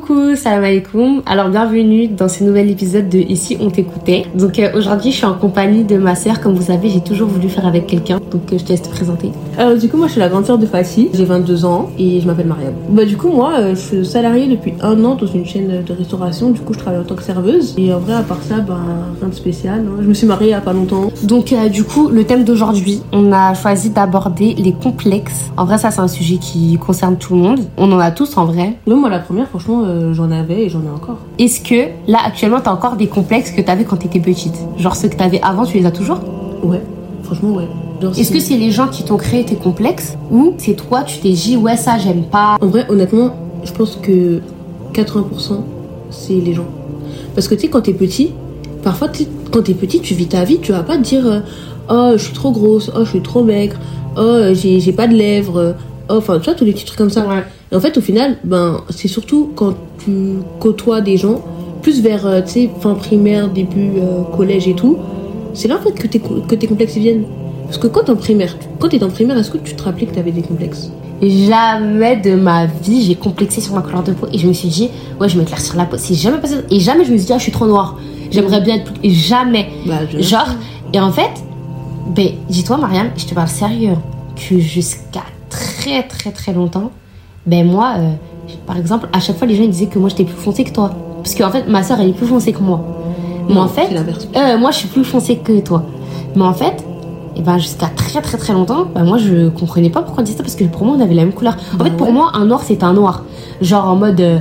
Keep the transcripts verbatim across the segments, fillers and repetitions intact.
Coucou, salam alaikum. Alors bienvenue dans ce nouvel épisode de Ici on t'écoutait. Donc euh, aujourd'hui je suis en compagnie de ma sœur. Comme vous savez, j'ai toujours voulu faire avec quelqu'un. Donc euh, je te laisse te présenter. Alors du coup moi je suis la grande sœur de Fatih. J'ai vingt-deux ans et je m'appelle Mariam. Bah du coup moi euh, je suis salariée depuis un an dans une chaîne de restauration. Du coup je travaille en tant que serveuse. Et en vrai à part ça, bah rien de spécial. Hein. Je me suis mariée il y a pas longtemps. Donc euh, du coup le thème d'aujourd'hui, on a choisi d'aborder les complexes. En vrai ça c'est un sujet qui concerne tout le monde. On en a tous en vrai. Même moi la première franchement euh, j'en avais et j'en ai encore. Est-ce que là actuellement t'as encore des complexes que t'avais quand t'étais petite? Genre ceux que t'avais avant, tu les as toujours? Ouais, franchement ouais. Genre, Est-ce que c'est les gens qui t'ont créé tes complexes ou c'est toi tu t'es dit ouais ça j'aime pas? En vrai honnêtement je pense que quatre-vingts pour cent c'est les gens. Parce que tu sais quand t'es petit, parfois t'sais, quand t'es petit tu vis ta vie, tu vas pas te dire euh, oh je suis trop grosse, oh je suis trop maigre, oh j'ai, j'ai pas de lèvres, oh, enfin tu vois tous les petits trucs comme ça. Ouais. Et en fait au final ben c'est surtout quand tu côtoies des gens plus vers euh, tu sais fin primaire, début euh, collège et tout, c'est là en fait que tes, que tes complexes viennent. Parce que quand t'es en primaire, quand t'es en primaire, est-ce que tu te rappelais que t'avais des complexes? Jamais de ma vie j'ai complexé sur ma couleur de peau et je me suis dit ouais je vais m'éclaircir la peau. C'est jamais passé. Et jamais je me suis dit ah je suis trop noire, j'aimerais bien être plus... Et jamais. Bah, je... Genre et en fait ben dis-toi Mariam, je te parle sérieux, que jusqu'à très très très longtemps ben moi euh, par exemple à chaque fois les gens ils disaient que moi j'étais plus foncée que toi parce qu'en fait ma soeur elle est plus foncée que moi. Mais non, en fait euh, moi je suis plus foncée que toi. Mais en fait et ben jusqu'à très très très longtemps, ben moi je comprenais pas pourquoi on disait ça parce que pour moi on avait la même couleur. En bah fait pour ouais. moi un noir c'est un noir. Genre en mode euh,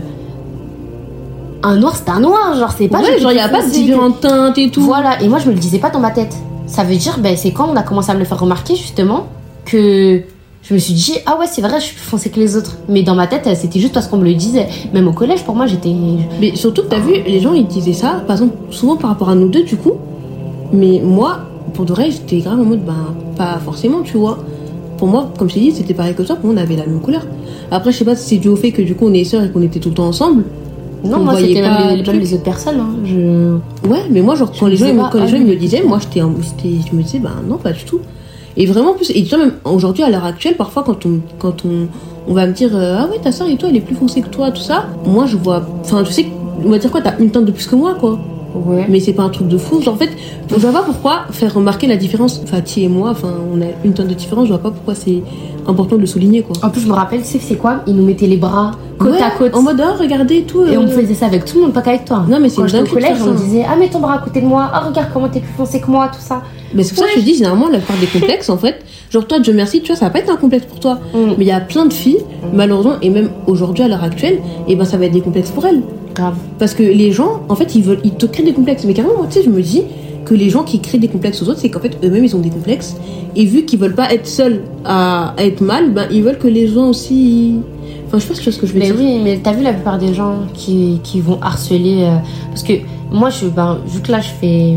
un noir c'est un noir, genre c'est pas ouais, genre il y a pas de différentes que... teintes et tout. Voilà, et moi je me le disais pas dans ma tête. Ça veut dire ben c'est quand on a commencé à me le faire remarquer justement que je me suis dit ah ouais c'est vrai je suis plus foncée que les autres. Mais dans ma tête c'était juste parce qu'on me le disait. Même au collège pour moi j'étais. Mais surtout que t'as vu les gens ils disaient ça par exemple souvent par rapport à nous deux du coup. Mais moi pour de vrai, j'étais grave en mode, ben, pas forcément, tu vois. Pour moi, comme je t'ai dit, c'était pareil que toi, pour moi, on avait la même couleur. Après, je sais pas si c'est dû au fait que du coup, on est sœurs et qu'on était tout le temps ensemble. Non, moi, c'était même les, même les autres personnes. Hein. Je... Ouais, mais moi, genre, quand je les gens, pas, quand ah, les gens oui. me le disaient, moi, j'étais, j'étais, je me disais, ben non, pas du tout. Et vraiment, plus, et tu vois, même aujourd'hui, à l'heure actuelle, parfois, quand on, quand on, on va me dire, euh, ah ouais, ta sœur et toi, elle est plus foncée que toi, tout ça, moi, je vois, enfin, tu sais, on va dire quoi, t'as une teinte de plus que moi, quoi. Ouais. Mais c'est pas un truc de fou. Genre, en fait, je vois pas pourquoi faire remarquer la différence. Fatih et moi, enfin, on a une tonne de différence. Je vois pas pourquoi c'est important de le souligner, quoi. En plus, je me rappelle, tu sais que c'est quoi? Ils nous mettaient les bras côte ouais, à côte. En mode, oh, regardez tout. Et euh... on faisait ça avec tout le monde, pas qu'avec toi. Non, mais c'est quand une j'étais au collège, on disait, ah, mets ton bras à côté de moi. Ah, oh, regarde comment t'es plus foncé que moi, tout ça. Mais c'est pour ouais. ça que je te dis, généralement, la part des complexes, en fait, genre, toi, Dieu merci, tu vois, ça va pas être un complexe pour toi. Mm. Mais il y a plein de filles, mm. malheureusement, et même aujourd'hui, à l'heure actuelle, et ben, ça va être des complexes pour elles. Grave. Parce que les gens, en fait, ils veulent, ils te créent des complexes. Mais carrément, tu sais, je me dis que les gens qui créent des complexes aux autres, c'est qu'en fait, eux-mêmes, ils ont des complexes. Et vu qu'ils veulent pas être seuls à, à être mal, ben, ils veulent que les gens aussi. Enfin, je sais pas si tu vois ce que je veux mais dire. Mais oui, mais t'as vu la plupart des gens qui, qui vont harceler. Euh, parce que moi, je, ben, vu que là, je fais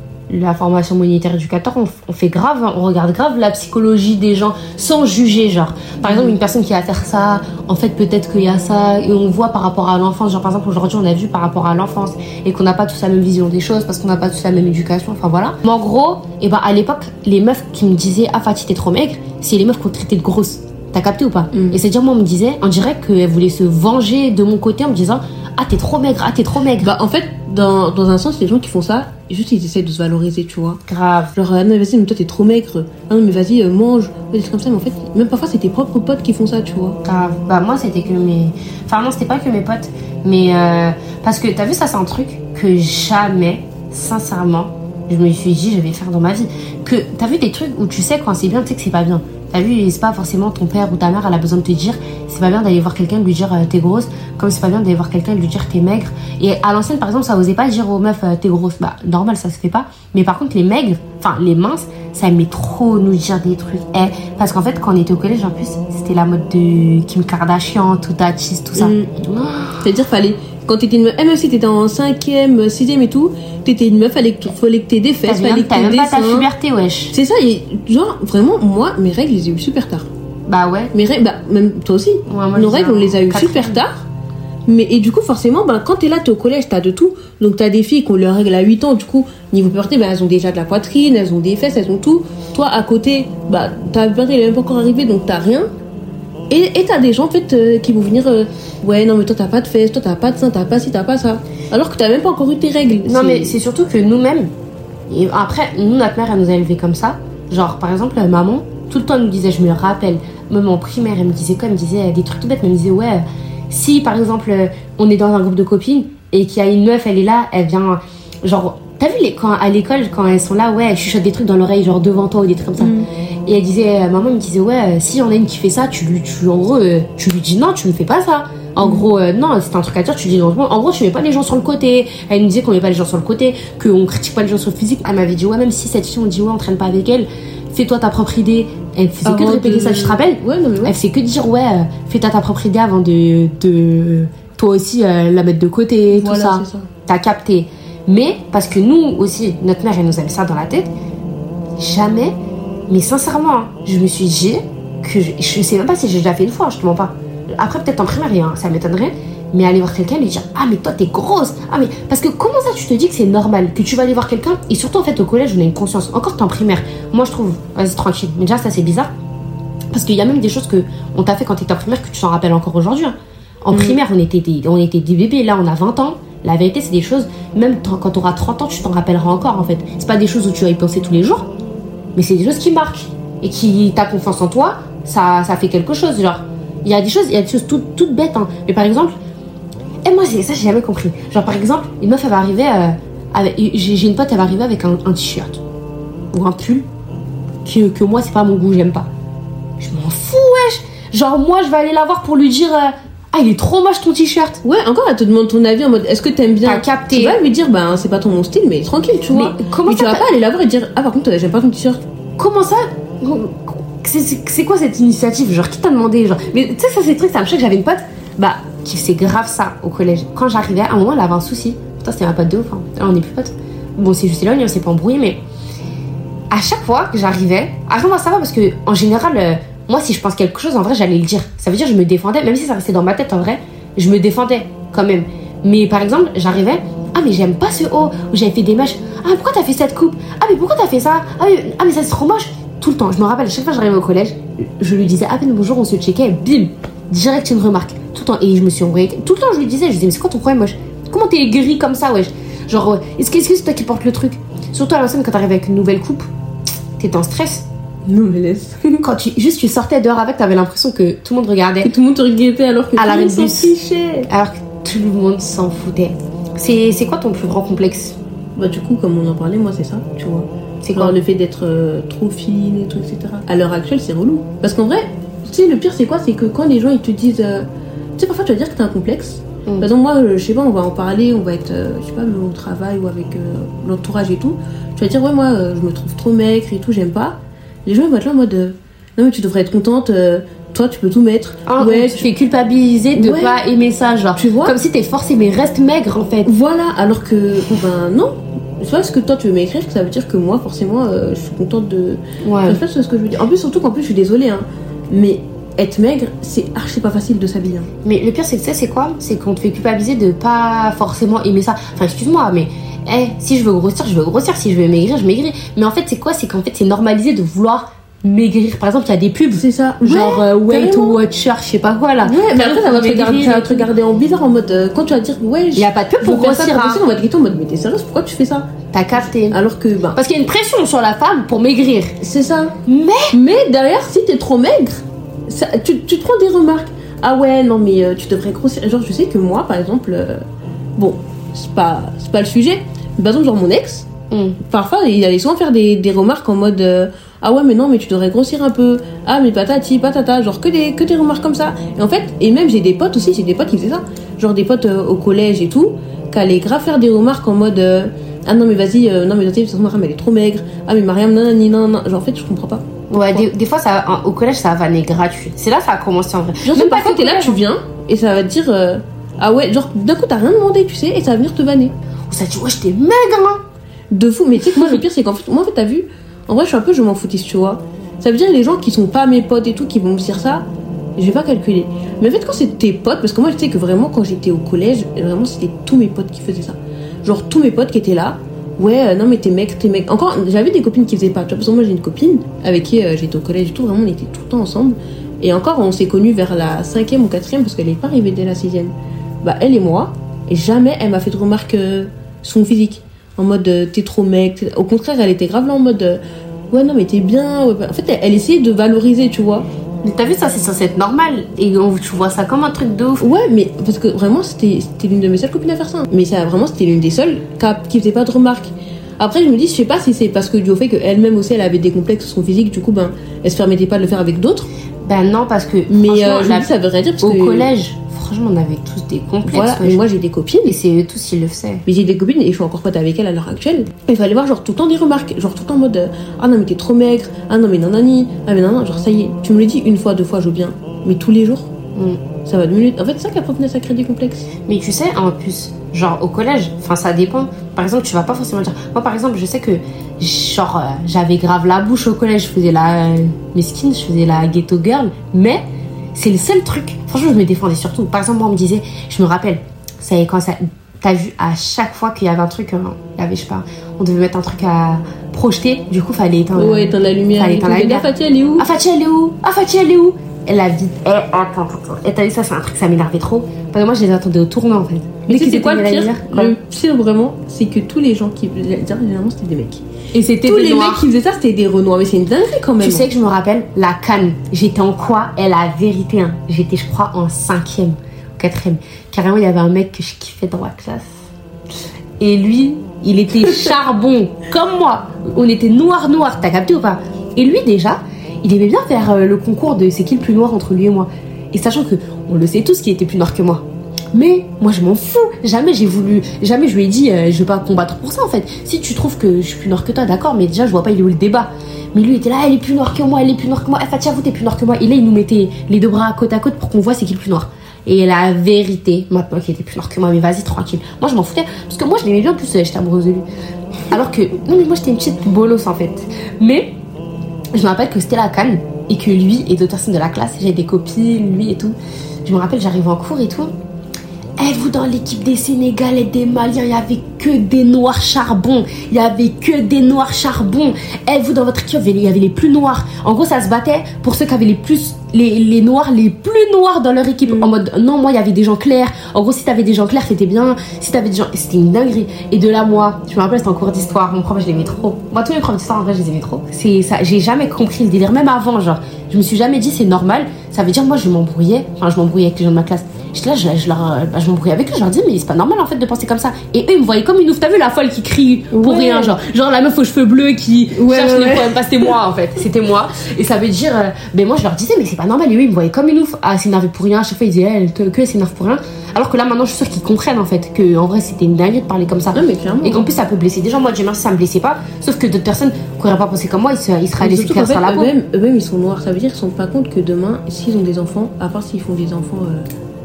la formation monétaire éducateur, on, on fait grave, on regarde grave la psychologie des gens sans juger, genre. Par exemple, une personne qui va faire ça, en fait, peut-être qu'il y a ça, et on voit par rapport à l'enfance. Genre, par exemple, aujourd'hui, on a vu par rapport à l'enfance, et qu'on n'a pas tous la même vision des choses, parce qu'on n'a pas tous la même éducation, enfin voilà. Mais en gros, et ben, à l'époque, les meufs qui me disaient, ah, Fatih, t'es trop maigre, c'est les meufs qu'on traitait de grosses. T'as capté ou pas? mm. Et c'est-à-dire, moi, on me disait, on dirait qu'elle voulait se venger de mon côté en me disant, ah, t'es trop maigre, ah, t'es trop maigre. Bah, en fait, dans, dans un sens, les gens qui font ça, juste ils essaient de se valoriser, tu vois. Grave. Genre, ah non, mais vas-y, mais toi t'es trop maigre. Ah non, mais vas-y, euh, mange. Des trucs comme ça, mais en fait, même parfois, c'est tes propres potes qui font ça, tu vois. Grave. Bah, moi, c'était que mes. Enfin, non, c'était pas que mes potes. Mais. Euh... Parce que t'as vu, ça, c'est un truc que jamais, sincèrement, je me suis dit, je vais faire dans ma vie. Que t'as vu des trucs où tu sais quand c'est bien, tu sais que c'est pas bien. T'as vu, c'est pas forcément ton père ou ta mère, elle a besoin de te dire, c'est pas bien d'aller voir quelqu'un, de lui dire euh, t'es grosse, comme c'est pas bien d'aller voir quelqu'un, de lui dire t'es maigre. Et à l'ancienne, par exemple, ça osait pas dire aux meufs euh, t'es grosse. Bah, normal, ça se fait pas. Mais par contre, les maigres, enfin, les minces, ça aimait trop nous dire des trucs. Eh, parce qu'en fait, quand on était au collège, en plus, c'était la mode de Kim Kardashian, tout Atis, tout ça. Mmh. Oh. C'est-à-dire, fallait. Quand t'étais une meuf, même si t'étais en cinquième, sixième et tout, t'étais une meuf, fallait que, fallait que t'aies des fesses, fallait que t'aies des seins. T'as même pas ta puberté, wesh. C'est ça, et genre, vraiment, moi, mes règles, je les ai eues super tard. Bah ouais. Mes règles, bah, même toi aussi. Ouais, moi, nos règles, on les a eues super tard. Mais, et du coup, forcément, bah, quand t'es là, t'es au collège, t'as de tout. Donc, t'as des filles qui ont leurs règles à huit ans, du coup, niveau puberté, bah, elles ont déjà de la poitrine, elles ont des fesses, elles ont tout. Toi, à côté, bah, ta puberté, elle est même pas encore arrivée, donc t'as rien. Et, et t'as des gens en fait euh, qui vont venir euh, ouais non mais toi t'as pas de fesses, toi t'as pas de sein, t'as pas ci, t'as pas ça, alors que t'as même pas encore eu tes règles. Non c'est... mais c'est surtout que nous-mêmes, et après nous notre mère elle nous a élevés comme ça, genre par exemple euh, maman tout le temps elle nous disait, je me le rappelle, même en primaire elle me disait quoi, elle me disait euh, des trucs tout bêtes, mais elle me disait ouais si par exemple euh, on est dans un groupe de copines et qu'il y a une meuf elle est là, elle vient genre t'as vu les, quand, à l'école quand elles sont là ouais elles chuchotent des trucs dans l'oreille genre devant toi ou des trucs comme ça. Mm. Et elle disait, euh, maman me disait ouais euh, si y en a une qui fait ça, tu lui, tu en gros euh, tu lui dis non, tu me fais pas ça. En mmh. gros euh, non, c'est un truc à dire, tu dis non. En gros tu mets pas les gens sur le côté. Elle me disait qu'on met pas les gens sur le côté, qu'on critique pas les gens sur le physique. Elle m'avait dit ouais même si cette fille on dit ouais on traîne pas avec elle, fais-toi ta propre idée. Elle faisait avant que de répéter de... ça, tu te rappelles? Ouais non mais ouais. Elle faisait que de dire ouais euh, fais-toi ta propre idée avant de, de toi aussi euh, la mettre de côté, voilà, tout ça. ça. T'as capté. Mais parce que nous aussi notre mère elle nous a mis ça dans la tête. Jamais. Mais sincèrement, je me suis dit que je, je sais même pas si j'ai déjà fait une fois, je te mens pas. Après, peut-être en primaire, hein, ça m'étonnerait. Mais aller voir quelqu'un et lui dire ah, mais toi t'es grosse. Ah, mais parce que comment ça tu te dis que c'est normal que tu vas aller voir quelqu'un et surtout en fait au collège, on a une conscience. Encore t'es en primaire. Moi je trouve, vas-y tranquille. Mais déjà, ça c'est bizarre. Parce qu'il y a même des choses qu'on t'a fait quand t'étais en primaire que tu t'en rappelles encore aujourd'hui. Hein. En mmh. primaire, on était, des, on était des bébés. Là, on a vingt ans. La vérité, c'est des choses, même quand t'auras trente ans, tu t'en rappelleras encore en fait. C'est pas des choses où tu vas y penser tous les jours. Mais c'est des choses qui marquent et qui ta confiance en toi, ça, ça fait quelque chose. Genre, il y a des choses, il y a des choses toutes, toutes bêtes. Hein. Mais par exemple, et moi c'est ça j'ai jamais compris. Genre par exemple, une meuf elle va arriver, euh, avec, j'ai, j'ai une pote elle va arriver avec un, un t-shirt ou un pull que, que moi c'est pas mon goût, j'aime pas. Je m'en fous wesh. Genre moi je vais aller la voir pour lui dire euh, ah il est trop moche ton t-shirt. Ouais encore elle te demande ton avis en mode est-ce que t'aimes bien. T'as capté. Tu vas lui dire bah c'est pas ton style mais tranquille tu vois. Mais comment mais ça, tu vas pas aller la voir et dire ah par contre j'aime pas ton t-shirt. Comment ça c'est, c'est, c'est quoi cette initiative? Genre qui t'a demandé genre. Mais tu sais ça c'est le truc, ça me choque, j'avais une pote bah qui c'est grave ça au collège. Quand j'arrivais à un moment elle avait un souci. Putain c'était ma pote de ouf hein. Là on est plus potes. Bon c'est juste là on s'est pas embrouillé mais à chaque fois que j'arrivais, après moi ça va parce que en général euh, moi si je pense quelque chose en vrai j'allais le dire. Ça veut dire je me défendais même si ça restait dans ma tête en vrai, je me défendais quand même. Mais par exemple j'arrivais ah mais j'aime pas ce haut où j'avais fait des mèches. Ah pourquoi t'as fait cette coupe? Ah mais pourquoi t'as fait ça? Ah mais, ah, mais ça c'est trop moche. Tout le temps, je me rappelle, chaque fois que j'arrivais au collège, je lui disais à peine bonjour, on se checkait, bim, direct une remarque. Tout le temps, et je me suis envoyée. Tout le temps, je lui disais, je lui disais, mais c'est quoi ton problème, wesh? Comment t'es gris comme ça, wesh? Genre, est-ce que, est-ce que c'est toi qui portes le truc? Surtout à l'ancienne, quand t'arrivais avec une nouvelle coupe, t'étais en stress. Non, mais laisse. Quand tu, juste tu sortais dehors avec, t'avais l'impression que tout le monde regardait. Que tout le monde te regardait alors que à tout le monde s'en fichait. Alors que tout le monde s'en foutait. C'est, c'est quoi ton plus grand complexe? Bah, du coup, comme on en parlait, moi, c'est ça, tu vois. C'est quoi? Alors, le fait d'être euh, trop fine et tout, et cetera. À l'heure actuelle, c'est relou. Parce qu'en vrai, tu sais, le pire, c'est quoi? C'est que quand les gens, ils te disent... Euh... Tu sais, parfois, tu vas dire que t'as un complexe. Mm. Par exemple, moi, je sais pas, on va en parler, on va être, euh, je sais pas, au travail ou avec euh, l'entourage et tout. Tu vas dire, ouais, moi, euh, je me trouve trop maigre et tout, j'aime pas. Les gens, ils vont être là en mode... Euh, non, mais tu devrais être contente... Euh... Toi, tu peux tout mettre. Ah, ouais, tu fais culpabiliser de ouais. pas aimer ça, genre. Tu vois? Comme si t'es forcé, mais reste maigre en fait. Voilà, alors que, ben non. C'est pas ce que toi tu veux m'écrire, ça veut dire que moi, forcément, euh, je suis contente de. Ouais. C'est pas ce que je veux dire. En plus, surtout qu'en plus, je suis désolée, hein. Mais être maigre, c'est archi pas facile de s'habiller. Hein. Mais le pire, c'est que tu sais, c'est quoi? C'est qu'on te fait culpabiliser de pas forcément aimer ça. Enfin, excuse-moi, mais. Hey, si je veux grossir, je veux grossir. Si je veux maigrir, je maigris. Mais en fait, c'est quoi? C'est qu'en fait, c'est normalisé de vouloir maigrir. Par exemple, il y a des pubs. C'est ça. Genre ouais, euh, Weight Watcher, je sais pas quoi là. Ouais, mais après, ça va te regarder, ça va te regarder en bizarre en mode. Euh, quand tu vas dire, ouais. Il y a pas de pub pour grossir. Hein. On va te quitter en mode, mais t'es sérieuse? Pourquoi tu fais ça? T'as capté. Alors que. Bah, parce qu'il y a une pression sur la femme pour maigrir. C'est ça. Mais. Mais derrière, si t'es trop maigre, ça, tu, tu te prends des remarques. Ah ouais, non, mais euh, tu devrais grossir. Genre, je sais que moi, par exemple. Euh, bon, c'est pas, c'est pas le sujet. Mais par exemple, genre mon ex. Mm. Parfois, il allait souvent faire des, des remarques en mode euh, ah ouais, mais non, mais tu devrais grossir un peu. Ah, mais patati, patata. Genre que des, que des remarques comme ça. Et en fait, et même j'ai des potes aussi, j'ai des potes qui faisaient ça. Genre des potes euh, au collège et tout, qui allaient grave faire des remarques en mode euh, ah non, mais vas-y, euh, non, mais de toute façon, Mariam elle est trop maigre. Ah, mais Mariam, nanani, nanana. Genre en fait, je comprends pas. Ouais, des, des fois, ça, hein, au collège, ça a vanné gratuit. C'est là ça a commencé en vrai. Genre, même parfois, t'es là, tu viens et ça va te dire euh, ah ouais, genre d'un coup, t'as rien demandé, tu sais, et ça va venir te vanner. Ça dit ouais, j'étais maigre, hein. De fou, mais tu sais que moi le pire c'est qu'en fait, moi en fait t'as vu, en vrai je suis un peu je m'en foutisse, tu vois. Ça veut dire les gens qui sont pas mes potes et tout qui vont me dire ça, je vais pas calculer. Mais en fait quand c'est tes potes, parce que moi je sais que vraiment quand j'étais au collège, vraiment c'était tous mes potes qui faisaient ça. Genre tous mes potes qui étaient là, ouais euh, non mais t'es mec, t'es mec. Encore j'avais des copines qui faisaient pas, tu vois, parce que moi j'ai une copine avec qui euh, j'étais au collège et tout, vraiment on était tout le temps ensemble. Et encore, on s'est connus vers la cinquième ou quatrième parce qu'elle n'est pas arrivée dès la sixième. Bah, elle et moi, et jamais elle m'a fait de remarque euh, sur mon physique. En mode, euh, t'es trop mec. T'es... Au contraire, elle était grave là en mode, euh, ouais, non, mais t'es bien. Ouais, bah... En fait, elle, elle essayait de valoriser, tu vois. Mais t'as vu, ça, c'est censé être normal. Et on, tu vois ça comme un truc de ouf. Ouais, mais parce que vraiment, c'était, c'était l'une de mes seules copines à faire ça. Mais ça, vraiment, c'était l'une des seules qui faisait pas de remarques. Après, je me dis, je sais pas si c'est parce que du fait qu'elle-même aussi, elle avait des complexes sur son physique, du coup, ben, elle se permettait pas de le faire avec d'autres. Ben non, parce que. Mais euh, je me dis, ça veut rien dire parce au que. Au collège, franchement, on avait tous des complexes. Voilà, mais moi j'ai des copines. Et c'est eux tous qui le faisaient. Mais j'ai des copines et je suis encore pote avec elles à l'heure actuelle. Il fallait voir, genre, tout le temps des remarques. Genre, tout le temps en mode, ah non, mais t'es trop maigre. Ah non, mais nanani. Ah mais non, non, genre, ça y est. Tu me le dis une fois, deux fois, je veux bien. Mais tous les jours, mm. ça va deux minutes. En fait, c'est ça qu'après, ça crée des complexes. Mais tu sais, en plus, genre, au collège, enfin, ça dépend. Par exemple, tu vas pas forcément dire. Moi, par exemple, je sais que, genre, euh, j'avais grave la bouche au collège. Je faisais la euh, mesquine, je faisais la ghetto girl. Mais. C'est le seul truc. Franchement, je me défendais surtout. Par exemple, moi, on me disait, je me rappelle, ça y est, quand ça. T'as vu, à chaque fois qu'il y avait un truc, hein, il y avait, je sais pas, on devait mettre un truc à projeter, du coup, fallait éteindre. Ouais, éteindre la lumière. Fallait éteindre la lumière. Ah, Fatia, elle est où? Ah, Fatia, elle est où? Ah, Fatia, elle est où? Elle a dit, eh, attends, attends. Et t'as vu, ça, c'est un truc, ça m'énervait trop. Parce que moi, je les attendais au tournant, en fait. Mais tu sais, c'est quoi le pire? Le pire, vraiment, c'est que tous les gens qui faisaient dire, généralement, c'était des mecs. Et c'était tous des les noirs. mecs qui faisaient ça, c'était des renois. Mais c'est une dinguerie quand même. Tu sais que je me rappelle, la canne, j'étais en quoi? Elle a vérité, hein. J'étais, je crois, en cinquième, quatrième. Carrément, il y avait un mec que je kiffais dans la classe. Et lui, il était charbon, comme moi. On était noir, noir, t'as capté ou pas? Et lui, déjà, il aimait bien faire le concours de c'est qui le plus noir entre lui et moi. Et sachant que, on le sait tous, qu'il était plus noir que moi. Mais moi je m'en fous, jamais j'ai voulu, jamais je lui ai dit euh, je vais pas combattre pour ça en fait. Si tu trouves que je suis plus noire que toi, d'accord, mais déjà je vois pas il est où le débat. Mais lui il était là, elle est plus noire que moi, elle est plus noire que moi, eh, Fatia vous t'es plus noire que moi. Et là il nous mettait les deux bras côte à côte pour qu'on voit c'est qui le plus noir. Et la vérité, maintenant qu'il était plus noir que moi, mais vas-y tranquille. Moi je m'en foutais, parce que moi je l'aimais bien, en plus j'étais amoureuse de lui. Alors que, non mais moi j'étais une petite bolos en fait. Mais je me rappelle que c'était la canne et que lui et d'autres personnes de la classe, j'avais des copines, lui et tout. Je me rappelle j'arrive en cours et tout. Eh, vous, dans l'équipe des Sénégalais et des Maliens, il n'y avait que des noirs charbons. Il n'y avait que des noirs charbons. Eh, vous, dans votre équipe, il y avait les plus noirs. En gros, ça se battait pour ceux qui avaient les plus, les, les noirs, les plus noirs dans leur équipe. Mm. En mode, non, moi, il y avait des gens clairs. En gros, si t'avais des gens clairs, c'était bien. Si t'avais des gens, c'était une dinguerie. Et de là, moi, je me rappelle, c'était en cours d'histoire. Mon prof, je l'aimais trop. Moi, tous les profs d'histoire, en vrai, je les aimais trop. C'est ça, j'ai jamais compris le délire. Même avant, genre, je me suis jamais dit, c'est normal. Ça veut dire, moi, je m'embrouillais. Enfin, je m'embrouillais avec les gens de ma classe. J'étais là, je, je, leur, bah, je m'embrouillais avec eux, je leur dis mais c'est pas normal en fait de penser comme ça. Et eux ils me voyaient comme une ouf, t'as vu la folle qui crie pour ouais. rien, genre genre la meuf aux cheveux bleus qui ouais, cherche ouais, les problèmes, pas c'était moi en fait, c'était moi. Et ça veut dire, euh, ben moi je leur disais mais c'est pas normal, et eux ils me voyaient comme une ouf, ah s'énerver pour rien, à chaque fois ils disaient elle, que, que elle s'énerve pour rien. Alors que là maintenant je suis sûre qu'ils comprennent en fait, que en vrai c'était une dinguerie de parler comme ça. Non, mais clairement. Et qu'en plus ça peut blesser. Déjà moi Dieu merci ça me blessait pas, sauf que d'autres personnes qui n'auraient pas pensé comme moi, ils, se, ils seraient laissés faire sur la peau. Eux-mêmes, eux-mêmes ils sont noirs, ça veut dire qu'ils se rendent pas compte que demain s'ils ont des enfants, à part s'ils font des enfants euh,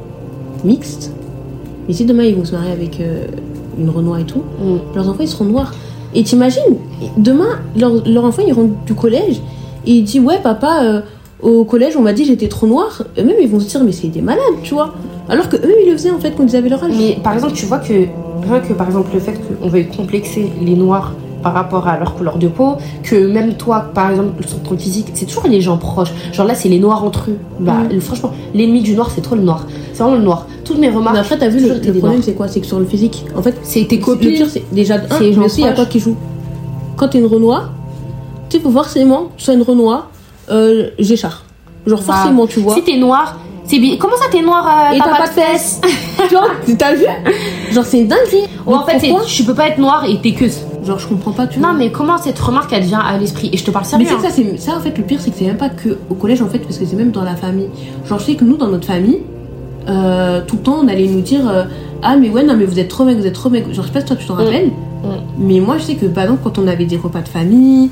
mixtes, mais si demain ils vont se marier avec euh, une Renoir et tout, mm. leurs enfants ils seront noirs. Et t'imagines, demain leur, leur enfant il rentre du collège et il dit ouais papa euh, au collège on m'a dit j'étais trop noire. Eux-mêmes ils vont se dire mais c'est des malades, tu vois. Alors que eux ils le faisaient en fait quand ils avaient leur âge. Mais par exemple tu vois que rien que par exemple le fait qu'on veuille complexer les noirs par rapport à leur couleur de peau, que même toi par exemple sur ton physique, c'est toujours les gens proches, genre là c'est les noirs entre eux, bah mm. le, franchement l'ennemi du noir c'est trop le noir, c'est vraiment le noir. Toutes mes remarques, mais après t'as vu le, le problème c'est quoi, c'est que sur le physique en fait c'est tes copines, le pire c'est déjà un, c'est mais aussi il y a quoi qui joue. Quand t'es une Renoir, tu sais faut forcément soit une Renoir euh, j'écharpe genre bah, forcément tu vois si t'es noir c'est bien. Comment ça t'es noir euh, et t'as, t'as pas, pas de fesses, fesses. Genre t'as vu, genre c'est une dinguerie. Ou en fait c'est, tu peux pas être noir et t'es queuse. Genre je comprends pas, tu non vois. mais comment cette remarque elle vient à l'esprit, et je te parle sérieux. Mais c'est que ça, c'est ça en fait le pire c'est que c'est même pas que au collège en fait, parce que c'est même dans la famille. Genre je sais que nous dans notre famille euh, tout le temps on allait nous dire euh, ah mais ouais non mais vous êtes trop mec, vous êtes trop mec. Genre je sais pas si toi tu t'en rappelles, mmh. Mmh. mais moi je sais que par exemple quand on avait des repas de famille,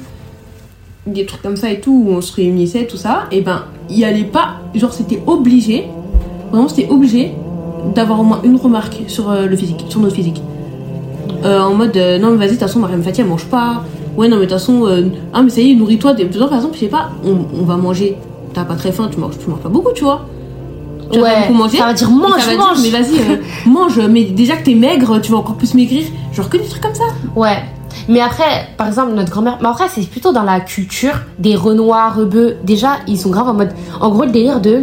des trucs comme ça et tout où on se réunissait tout ça, et ben il y allait pas, genre c'était obligé, vraiment c'était obligé d'avoir au moins une remarque sur euh, le physique, sur notre physique. Euh, en mode euh, non mais vas-y de toute façon Mariam Fatia elle mange pas, ouais non mais de toute façon euh, ah mais ça y est nourris-toi. Des... par exemple je sais pas, on, on va manger, t'as pas très faim, tu manges, tu manges pas beaucoup tu vois, tu ouais vas manger, ça va dire mange, ça va mange. Dire, mais vas-y euh, mange, mais déjà que t'es maigre tu vas encore plus maigrir, genre que des trucs comme ça. Ouais Mais après, par exemple, notre grand-mère. Mais après, c'est plutôt dans la culture des Renois, Rebeux. Déjà, ils sont grave en mode. En gros, le délire de.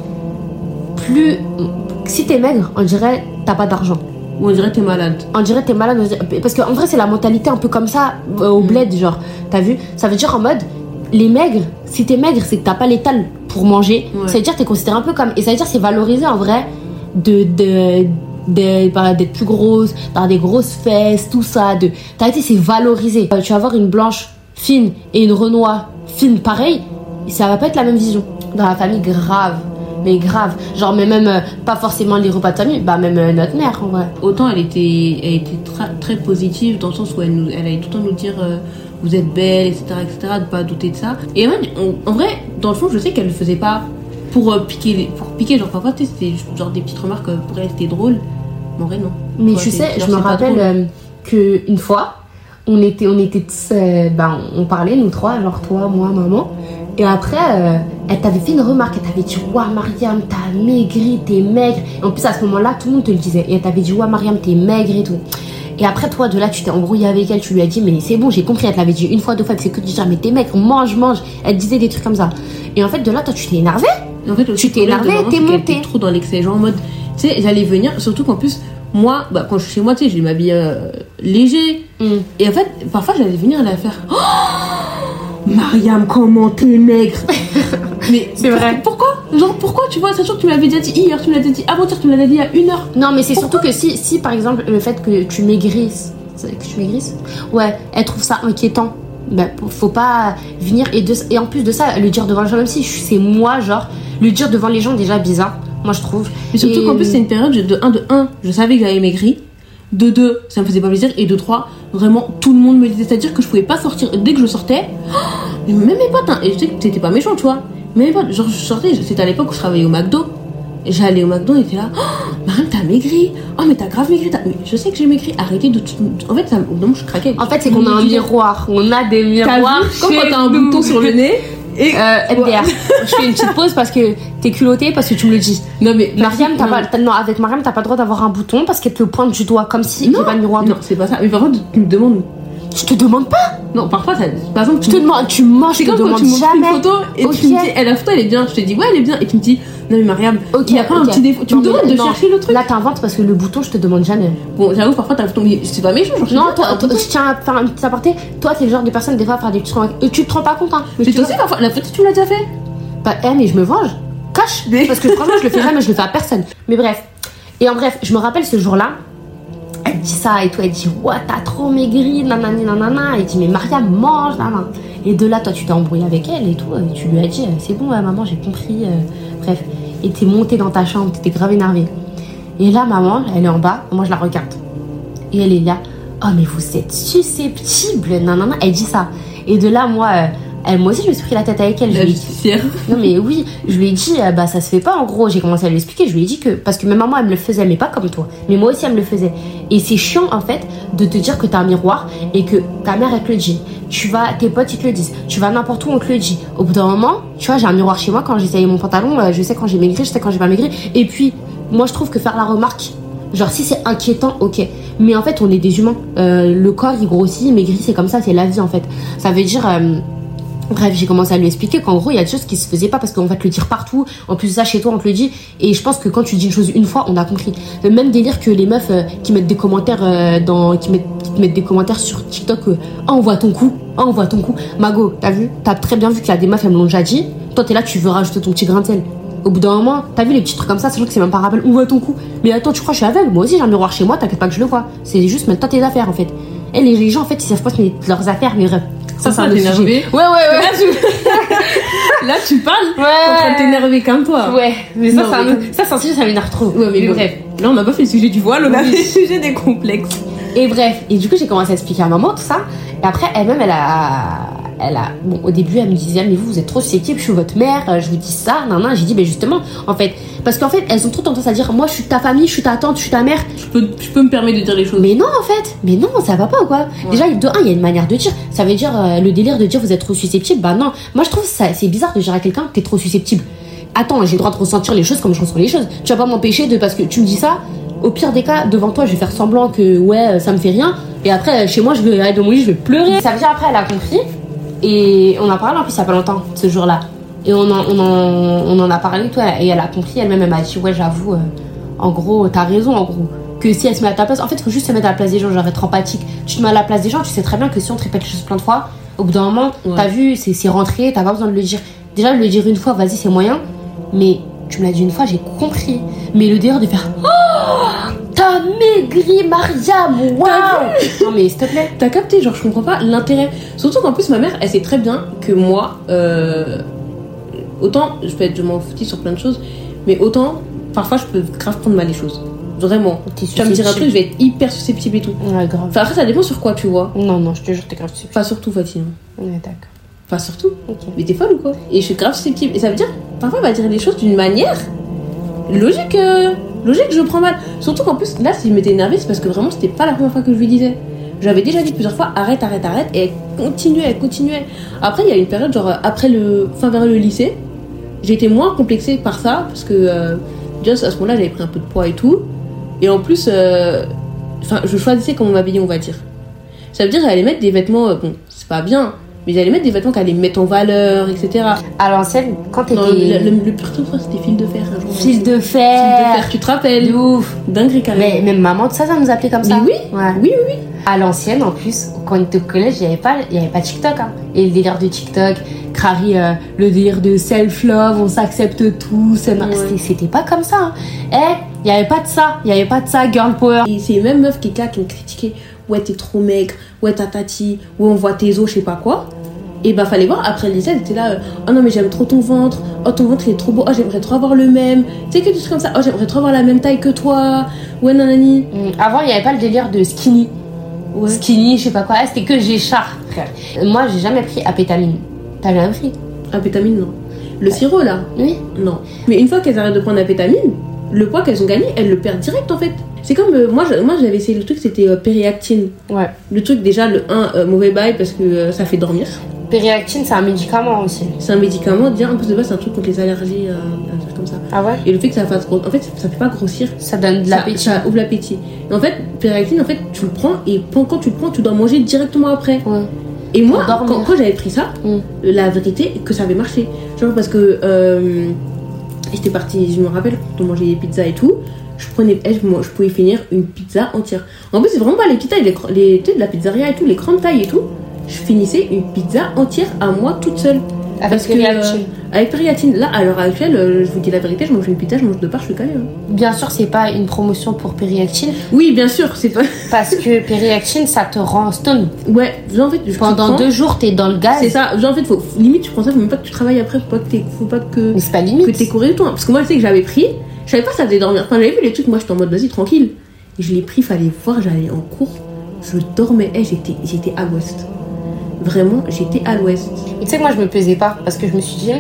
Plus. Si t'es maigre, on dirait t'as pas d'argent. Ou on dirait t'es malade. On dirait t'es malade. Parce qu'en vrai, c'est la mentalité un peu comme ça euh, au bled, genre. T'as vu? Ça veut dire en mode. Les maigres, si t'es maigre, c'est que t'as pas l'étal pour manger. Ouais. Ça veut dire que t'es considéré un peu comme. Et ça veut dire que c'est valorisé en vrai de. de De, d'être plus grosse, d'avoir des grosses fesses, tout ça. De, t'as été, c'est valorisé. Euh, tu vas avoir une blanche fine et une renois fine pareil, ça va pas être la même vision. Dans la famille, grave. Mais grave. Genre, mais même euh, pas forcément les repas de famille, bah même euh, notre mère en vrai. Autant elle était, elle était tra- très positive dans le sens où elle, nous, elle allait tout le temps nous dire euh, vous êtes belle, et cetera, et cetera, de pas douter de ça. Et même, on, en vrai, dans le fond, je sais qu'elle le faisait pas pour euh, piquer, pour piquer, genre parfois c'était genre des petites remarques euh, pour elle c'était drôle. En vrai, non. Mais tu sais, je me rappelle euh, qu'une fois, on était, on était tous, euh, ben, on parlait, nous trois, genre toi, moi, maman. Et après, euh, elle t'avait fait une remarque. Elle t'avait dit, ouah, Mariam, t'as maigri, t'es maigre. Et en plus, à ce moment-là, tout le monde te le disait. Et elle t'avait dit, ouah, Mariam, t'es maigre et tout. Et après, toi, de là, tu t'es embrouillé avec elle. Tu lui as dit, mais c'est bon, j'ai compris. Elle te l'avait dit une fois, deux fois. C'est que de dire, mais t'es maigre, mange, mange. Elle te disait des trucs comme ça. Et en fait, de là, toi, tu t'es énervé. En fait, tu t'es énervé et t'es monté. Trop dans l'excès, genre en mode, tu sais, j'allais venir, surtout qu'en plus. Moi, bah, quand je suis chez moi, tu sais, je m'habille euh, léger. Mm. Et en fait, parfois, j'allais venir la faire. Oh, Mariam, comment t'es maigre. Mais c'est vrai. Pourquoi? Genre, pourquoi? Tu vois, sachant que tu me l'avais déjà dit hier, tu me l'avais dit avant-hier, tu me l'avais dit il y a une heure. Non, mais c'est pourquoi? Surtout que si, si, par exemple, le fait que tu maigrisses, que tu maigrisses, ouais, elle trouve ça inquiétant. Bah, faut pas venir. Et, de, et en plus de ça, le dire devant les gens, même si c'est moi, genre, le dire devant les gens, déjà bizarre. Moi je trouve. Mais surtout et... qu'en plus c'est une période de un de un, je savais que j'avais maigri. De deux, ça me faisait pas plaisir. Et de trois, vraiment tout le monde me disait, c'est-à-dire que je pouvais pas sortir. Dès que je sortais, oh, même mes potes, hein, et je sais que t'étais pas méchant, tu vois. Mais mes potes, genre je sortais, c'était à l'époque où je travaillais au McDo. Et j'allais au McDo et t'es là, oh, Mariam, t'as maigri. Oh, mais t'as grave maigri. T'as... Mais je sais que j'ai maigri. Arrêtez de tout. En fait, ça... non, je craquais. En fait, c'est qu'on a un miroir. On a des miroirs. Comme quand t'as un bouton sur le nez. Et euh, M D R. Je fais une petite pause parce que t'es culottée, parce que tu me le dis. Non mais Mariam, t'as pas, t'as, non, avec Mariam, t'as pas le droit d'avoir un bouton parce qu'elle te le pointe du doigt comme si il n'y avait pas le miroir. Non, c'est pas ça. Mais parfois, tu me demandes. Je te demande pas. Non, parfois, ça, par exemple, je te demande, tu manges, je te demande tu jamais. Une photo et okay. Tu me dis, eh, la photo elle est bien. Je te dis, ouais, elle est bien. Et tu me dis, non mais Mariam, il okay, y a pas okay. un petit défaut. Tu non, me demandes de non. chercher le truc. Là, t'inventes parce que le bouton, je te demande jamais. Bon, j'avoue, parfois, t'as le bouton, mais c'est pas méchant. Genre, non, toi, toi je tiens à faire un petit aparté. Toi, t'es le genre de personne, des fois, à faire des petits trucs. Et tu te rends pas compte, hein. Mais toi aussi, parfois, la photo, tu me l'as déjà fait. Bah, eh, mais je me venge. Cache. Mais... Parce que franchement, je le fais jamais, je le fais à personne. Mais bref. Et en bref, je me rappelle ce jour-là. Elle dit ça et tout, elle dit ouais t'as trop maigri, nanani nanana. Elle dit mais Mariam mange, nanana. Et de là toi tu t'es embrouillé avec elle et tout, et tu lui as dit c'est bon ouais, maman j'ai compris, euh, bref. Et t'es montée dans ta chambre, t'étais grave énervée. Et là maman, elle est en bas, moi je la regarde. Et elle est là, oh mais vous êtes susceptible, nanana. Elle dit ça. Et de là moi, euh, elle, moi aussi je me suis pris la tête avec elle. Je lui ai dit, non mais oui, je lui ai dit euh, bah ça se fait pas en gros. J'ai commencé à lui expliquer, je lui ai dit que parce que même maman elle me le faisait, mais pas comme toi. Mais moi aussi elle me le faisait. Et c'est chiant en fait de te dire que t'as un miroir et que ta mère elle te le dit. Tu vas, tes potes ils te le disent. Tu vas n'importe où on te le dit. Au bout d'un moment, tu vois j'ai un miroir chez moi quand j'essayais mon pantalon, euh, je sais quand j'ai maigri, je sais quand j'ai pas maigri. Et puis moi je trouve que faire la remarque, genre si c'est inquiétant, ok. Mais en fait on est des humains. Euh, le corps il grossit, il maigrit, c'est comme ça, c'est la vie en fait. Ça veut dire euh, bref, j'ai commencé à lui expliquer qu'en gros, il y a des choses qui se faisaient pas parce qu'on va te le dire partout. En plus de ça, chez toi, on te le dit. Et je pense que quand tu dis une chose une fois, on a compris. Le même délire que les meufs euh, qui mettent des commentaires euh, dans, qui mettent, qui mettent des commentaires sur TikTok. Euh, ah, on voit ton cou. Ah, on voit ton cou. Mago, t'as vu? T'as très bien vu qu'il y a des meufs, elles me l'ont déjà dit. Toi, t'es là, tu veux rajouter ton petit grain de sel. Au bout d'un moment, t'as vu les petits trucs comme ça, sachant que c'est même pas un rappel. On voit ton cou. Mais attends, tu crois que je suis aveugle? Moi aussi, j'ai un miroir chez moi. T'inquiète pas que je le vois. C'est juste maintenant tes affaires en fait. Et les, les gens en fait, ils savent pas se mettre leurs affaires, mais bref. Ça, ça, ça t'énerver. Ouais, ouais, ouais. Là, tu, là, tu parles. Ouais. T'es en train de t'énerver comme toi. Ouais. Mais ça, non, ça, mais... ça, c'est un sujet, ça m'énerve trop. Ouais, mais, mais bref. Là, on n'a pas fait le sujet du voile, on a fait le sujet des complexes. Et bref. Et du coup, j'ai commencé à expliquer à maman tout ça. Et après, elle-même, elle a. Elle a. Bon, au début, elle me disait, mais vous, vous êtes trop susceptible, je suis votre mère, je vous dis ça. Non, non. J'ai dit, mais justement, en fait. Parce qu'en fait, elles ont trop tendance à dire, moi, je suis ta famille, je suis ta tante, je suis ta mère. Je peux, je peux me permettre de dire les choses. Mais non, en fait. Mais non, ça va pas ou quoi? Ouais. Déjà, de un, il y a une manière de dire. Ça veut dire, euh, le délire de dire, vous êtes trop susceptible. Bah non. Moi, je trouve ça, c'est bizarre de dire à quelqu'un que t'es trop susceptible. Attends, j'ai le droit de ressentir les choses comme je ressens les choses. Tu vas pas m'empêcher de, parce que tu me dis ça, Au pire des cas, devant toi, je vais faire semblant que ouais, ça me fait rien. Et après, chez moi, je vais aller dans mon lit, je vais pleurer. Ça veut dire après, elle a compris. Et on en parle en plus il y a pas longtemps, ce jour-là. Et on en, on en, on en a parlé, toi, et elle a compris. Elle-même, elle m'a dit, ouais, j'avoue, euh, en gros, t'as raison, en gros. Que si elle se met à ta place, en fait, il faut juste se mettre à la place des gens, genre être empathique. Tu te mets à la place des gens, tu sais très bien que si on te répète quelque chose plein de fois, au bout d'un moment, ouais. T'as vu, c'est, c'est rentré, t'as pas besoin de le dire. Déjà, le dire une fois, vas-y, c'est moyen. Mais tu me l'as dit une fois, j'ai compris. Mais le délire de faire oh, t'as maigri, Mariam, waouh. Non, mais s'il te plaît. T'as capté, genre, je comprends pas l'intérêt. Surtout qu'en plus, ma mère, elle sait très bien que moi, euh, autant, je peux être, je m'en foutis sur plein de choses, mais autant, parfois, je peux grave prendre mal les choses. Vraiment. Tu vas me dire un truc, je vais être hyper susceptible et tout. Ouais, grave. Enfin, après, ça dépend sur quoi, tu vois. Non, non, je te jure, t'es grave susceptible. Pas surtout, Fatima. Ouais, d'accord. Pas surtout. Okay. Mais t'es folle ou quoi? Et je suis grave susceptible. Et ça veut dire, parfois, elle va dire des choses d'une manière logique, euh, logique, je prends mal. Surtout qu'en plus, là, si je m'étais énervée, c'est parce que vraiment, c'était pas la première fois que je lui disais. J'avais déjà dit plusieurs fois, arrête, arrête, arrête. Et elle continuait, elle continuait. Après, il y a une période, genre, après le, fin vers le lycée, j'ai été moins complexée par ça, parce que, euh, déjà, à ce moment-là, j'avais pris un peu de poids et tout. Et en plus, euh, je choisissais comment m'habiller, on va dire. Ça veut dire qu'elle allait mettre des vêtements, euh, bon, c'est pas bien, mais j'allais mettre des vêtements qu'elle allait mettre en valeur, et cetera. À l'ancienne, quand t'étais... Non, le, le, le pire truc, c'était fil de fer. Un jour, fil de fer. Fil de fer, tu te rappelles? De ouf. Dinguerie, carrément. Mais même maman, tout ça, ça nous appelait comme ça. Mais oui, ouais. oui, oui, oui. À l'ancienne, en plus, quand on était au collège, il n'y avait pas, il y avait pas TikTok. Hein. Et le délire de TikTok, Crary, euh, le délire de self-love, on s'accepte tous. Ouais. C'était, c'était pas comme ça. Hein. Eh, il n'y avait pas de ça. Il n'y avait pas de ça, girl power. Et c'est les mêmes meufs qui étaient là, qui me critiquaient. Ouais, t'es trop maigre. Ouais, t'as tati. Ouais, on voit tes os, je sais pas quoi. Et bah, fallait voir. Après le lycée, elle était là. Euh, oh non, mais j'aime trop ton ventre. Oh, ton ventre, il est trop beau. Oh, j'aimerais trop avoir le même. Tu sais, que des trucs comme ça. Oh, j'aimerais trop avoir la même taille que toi. Ouais, nanani. Mmh. Avant, il n'y avait pas le délire de skinny. Ouais. Skinny, je sais pas quoi, c'était que Géchard, frère. Moi, j'ai jamais pris apétamine. T'as jamais pris? Apétamine, non. Le ouais. Sirop, là? Oui. Non. Mais une fois qu'elles arrêtent de prendre apétamine, le poids qu'elles ont gagné, elles le perdent direct, en fait. C'est comme, euh, moi, je, moi, j'avais essayé le truc, c'était euh, Périactine. Ouais. Le truc, déjà, le un, euh, mauvais bail parce que euh, ça fait dormir. Périactine, c'est un médicament aussi. C'est un médicament, déjà, en plus de base, c'est un truc contre les allergies, euh, un truc comme ça. Ah ouais? Et le fait que ça fasse grossir, en fait, ça fait pas grossir. Ça donne de l'appétit. Ça, ça ouvre l'appétit. Et en fait, Périactine, en fait, tu le prends et quand tu le prends, tu dois manger directement après. Ouais. Et moi, quand, quand j'avais pris ça, mm. la vérité, que ça avait marché. Genre, parce que euh, j'étais partie, je me rappelle, quand on mangeait des pizzas et tout, je prenais, je, je pouvais finir une pizza entière. En plus, c'est vraiment pas les petites tailles, les, les, tu sais, de la pizzeria et tout, les grandes tailles et tout. Je finissais une pizza entière à moi toute seule. Avec Périactine. Euh, avec Périactine. Là, à l'heure actuelle, euh, je vous dis la vérité, je mange une pizza, je mange deux parts, je suis calée. Hein. Bien sûr, c'est pas une promotion pour Périactine. Oui, bien sûr, c'est pas. Parce que Périactine, ça te rend stone. Ouais, genre en fait. Pendant prends... deux jours, t'es dans le gaz. C'est ça, genre en fait, faut, limite, tu prends ça, faut même pas que tu travailles après, faut pas que t'es. Faut pas que. Mais c'est pas limite. Que t'es couru et tout. Hein. Parce que moi, je sais que j'avais pris, je savais pas que ça faisait dormir. Enfin, j'avais vu les trucs, moi, j'étais en mode vas-y, tranquille. Et je l'ai pris, fallait voir, j'allais en cours, je dormais, hey, j'étais, j'étais à l'ouest. Vraiment, j'étais à l'ouest. Tu sais que moi, je me pesais pas parce que je me suis dit,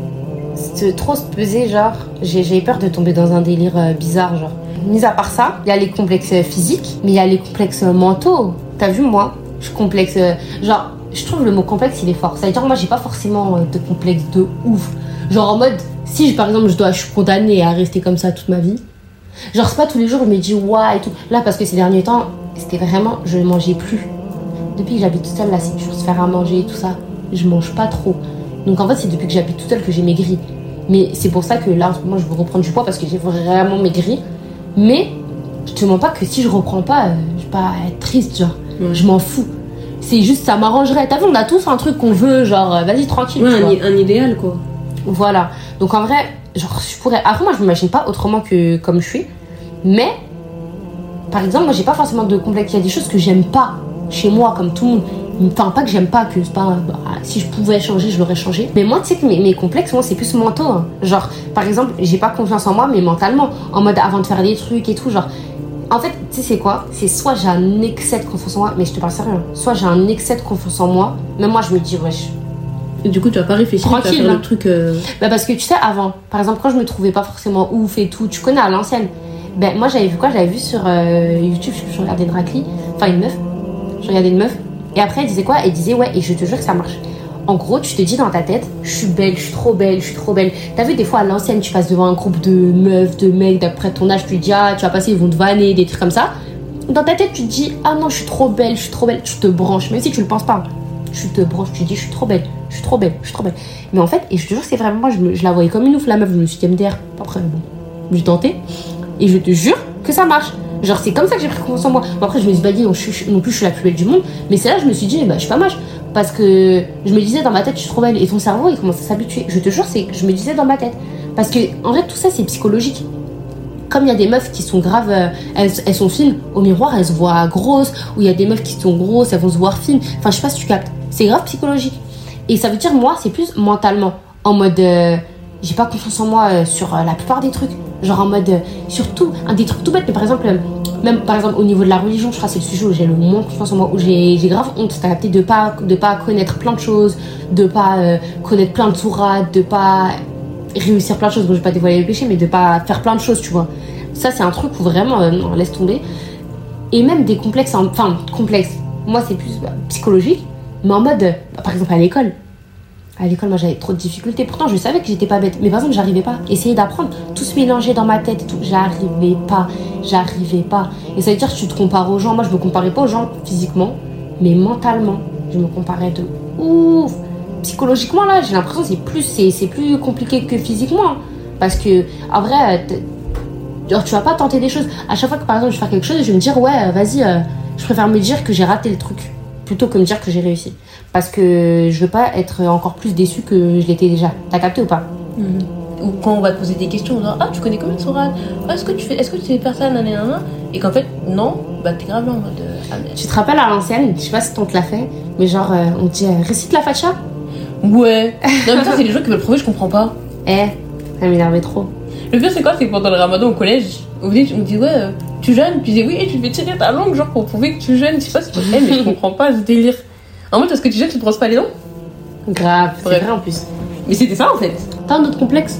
c'est trop se peser, genre, j'ai, j'ai peur de tomber dans un délire euh, bizarre, genre. Mis à part ça, il y a les complexes physiques, mais il y a les complexes mentaux. T'as vu, moi, je complexe, euh, genre, je trouve le mot complexe, il est fort. Ça veut dire que moi, j'ai pas forcément euh, de complexe de ouf. Genre, en mode, si par exemple, je dois, je suis condamnée à rester comme ça toute ma vie. Genre, c'est pas tous les jours, je me dis, ouais, et tout. Là, parce que ces derniers temps, c'était vraiment, je ne mangeais plus. Depuis que j'habite toute seule, là, c'est toujours se faire à manger et tout ça. Je mange pas trop. Donc en fait, c'est depuis que j'habite toute seule que j'ai maigri. Mais c'est pour ça que là, en ce moment, je veux reprendre du poids parce que j'ai vraiment maigri. Mais je te mens pas que si je reprends pas, euh, je vais pas être triste, genre. Ouais. Je m'en fous. C'est juste, ça m'arrangerait. T'as vu, on a tous un truc qu'on veut, genre, euh, vas-y, tranquille. Ouais, un, un idéal, quoi. Voilà. Donc en vrai, genre, je pourrais. Après, moi, je m'imagine pas autrement que comme je suis. Mais, par exemple, moi, j'ai pas forcément de complexe. Il y a des choses que j'aime pas chez moi, comme tout le monde. Enfin, pas que j'aime pas, que c'est pas. Bah, si je pouvais changer, je l'aurais changé. Mais moi, tu sais que mes, mes complexes, moi, c'est plus mentaux. Hein. Genre, par exemple, j'ai pas confiance en moi, mais mentalement. En mode, avant de faire des trucs et tout, genre. En fait, tu sais, c'est quoi? C'est soit j'ai un excès de confiance en moi, mais je te parle sérieux. Soit j'ai un excès de confiance en moi, même moi, je me dis, wesh. Et du coup, tu vas pas réfléchir à faire le truc. Euh... Bah, parce que tu sais, avant, par exemple, quand je me trouvais pas forcément ouf et tout, tu connais à l'ancienne. Ben, moi, j'avais vu quoi? J'avais vu sur euh, YouTube, je regardais Dracly, enfin une meuf. Je regardais une meuf. Et après, elle disait quoi? Elle disait, ouais, et je te jure que ça marche. En gros, tu te dis dans ta tête, je suis belle, je suis trop belle, je suis trop belle. T'as vu, des fois, à l'ancienne, tu passes devant un groupe de meufs, de mecs d'après ton âge, tu te dis, ah, tu vas passer, ils vont te vanner, des trucs comme ça. Dans ta tête, tu te dis, ah non, je suis trop belle, je suis trop belle. Tu te branches, même si tu le penses pas. Tu te branches, tu te dis, je suis trop belle, je suis trop belle, je suis trop belle. Mais en fait, et je te jure, c'est vraiment, moi, je, me, je la voyais comme une ouf, la meuf, je me suis dit, M D R. Après, bon, j'ai tenté. Et je te jure que ça marche. Genre, c'est comme ça que j'ai pris confiance en moi. Bon, après, je me suis pas dit, non, je suis, non plus, je suis la plus belle du monde. Mais c'est là que je me suis dit, bah, je suis pas moche. Parce que je me disais dans ma tête, je suis trop belle. Et ton cerveau, il commence à s'habituer. Je te jure, c'est je me disais dans ma tête. Parce que, en vrai, tout ça, c'est psychologique. Comme il y a des meufs qui sont graves, euh, elles, elles sont fines, au miroir, elles se voient grosses. Ou il y a des meufs qui sont grosses, elles vont se voir fines. Enfin, je sais pas si tu captes. C'est grave psychologique. Et ça veut dire, moi, c'est plus mentalement. En mode, euh, j'ai pas confiance en moi euh, sur euh, la plupart des trucs. Genre en mode, euh, surtout, un des trucs tout bêtes. Mais par exemple, euh, même par exemple au niveau de la religion, je crois que c'est le sujet où j'ai le moins confiance en moi, où j'ai, j'ai grave honte, t'as capté, de pas, de pas connaître plein de choses, de pas euh, connaître plein de sourates, de pas réussir plein de choses. Bon, je vais pas dévoiler le péché, mais de pas faire plein de choses, tu vois. Ça, c'est un truc où vraiment, euh, non, laisse tomber. Et même des complexes, enfin, complexes. Moi, c'est plus bah, psychologique, mais en mode, euh, bah, par exemple, à l'école. À l'école, moi, j'avais trop de difficultés. Pourtant, je savais que j'étais pas bête. Mais par exemple, j'arrivais pas. Essayer d'apprendre, tout se mélanger dans ma tête et tout. J'arrivais pas. J'arrivais pas. Et ça veut dire que tu te compares aux gens. Moi, je me comparais pas aux gens physiquement, mais mentalement, je me comparais de ouf. Psychologiquement, là, j'ai l'impression que c'est plus, c'est, c'est plus compliqué que physiquement. Parce que, en vrai, genre, tu vas pas tenter des choses. À chaque fois que, par exemple, je vais faire quelque chose, je vais me dire, ouais, vas-y, euh, je préfère me dire que j'ai raté le truc plutôt que me dire que j'ai réussi. Parce que je veux pas être encore plus déçue que je l'étais déjà. T'as capté ou pas? Mmh. Ou quand on va te poser des questions, genre, ah, tu connais combien de sourates? Ah, est-ce que tu fais, est-ce que tu sais faire ça, nanana? Et qu'en fait, non, bah t'es grave là en mode. Ah, mais... Tu te rappelles à l'ancienne, je sais pas si on te l'a fait, mais genre, euh, on te dit, euh, récite la Fatiha? Ouais. Non, mais ça, c'est les gens qui veulent prouver, je comprends pas. Eh, ça m'énervait trop. Le pire, c'est quoi? C'est que pendant le ramadan au collège, on me dit, on me dit ouais, euh, tu jeûnes? Tu disais oui, et tu fais tirer ta langue, genre pour prouver que tu jeûnes. Je sais pas si tu hey, mais je comprends pas ce délire. En mode, parce que tu jeûnes, tu te brosses pas les dents? Grave, c'est vrai en plus. Mais c'était ça en fait. T'as un autre complexe?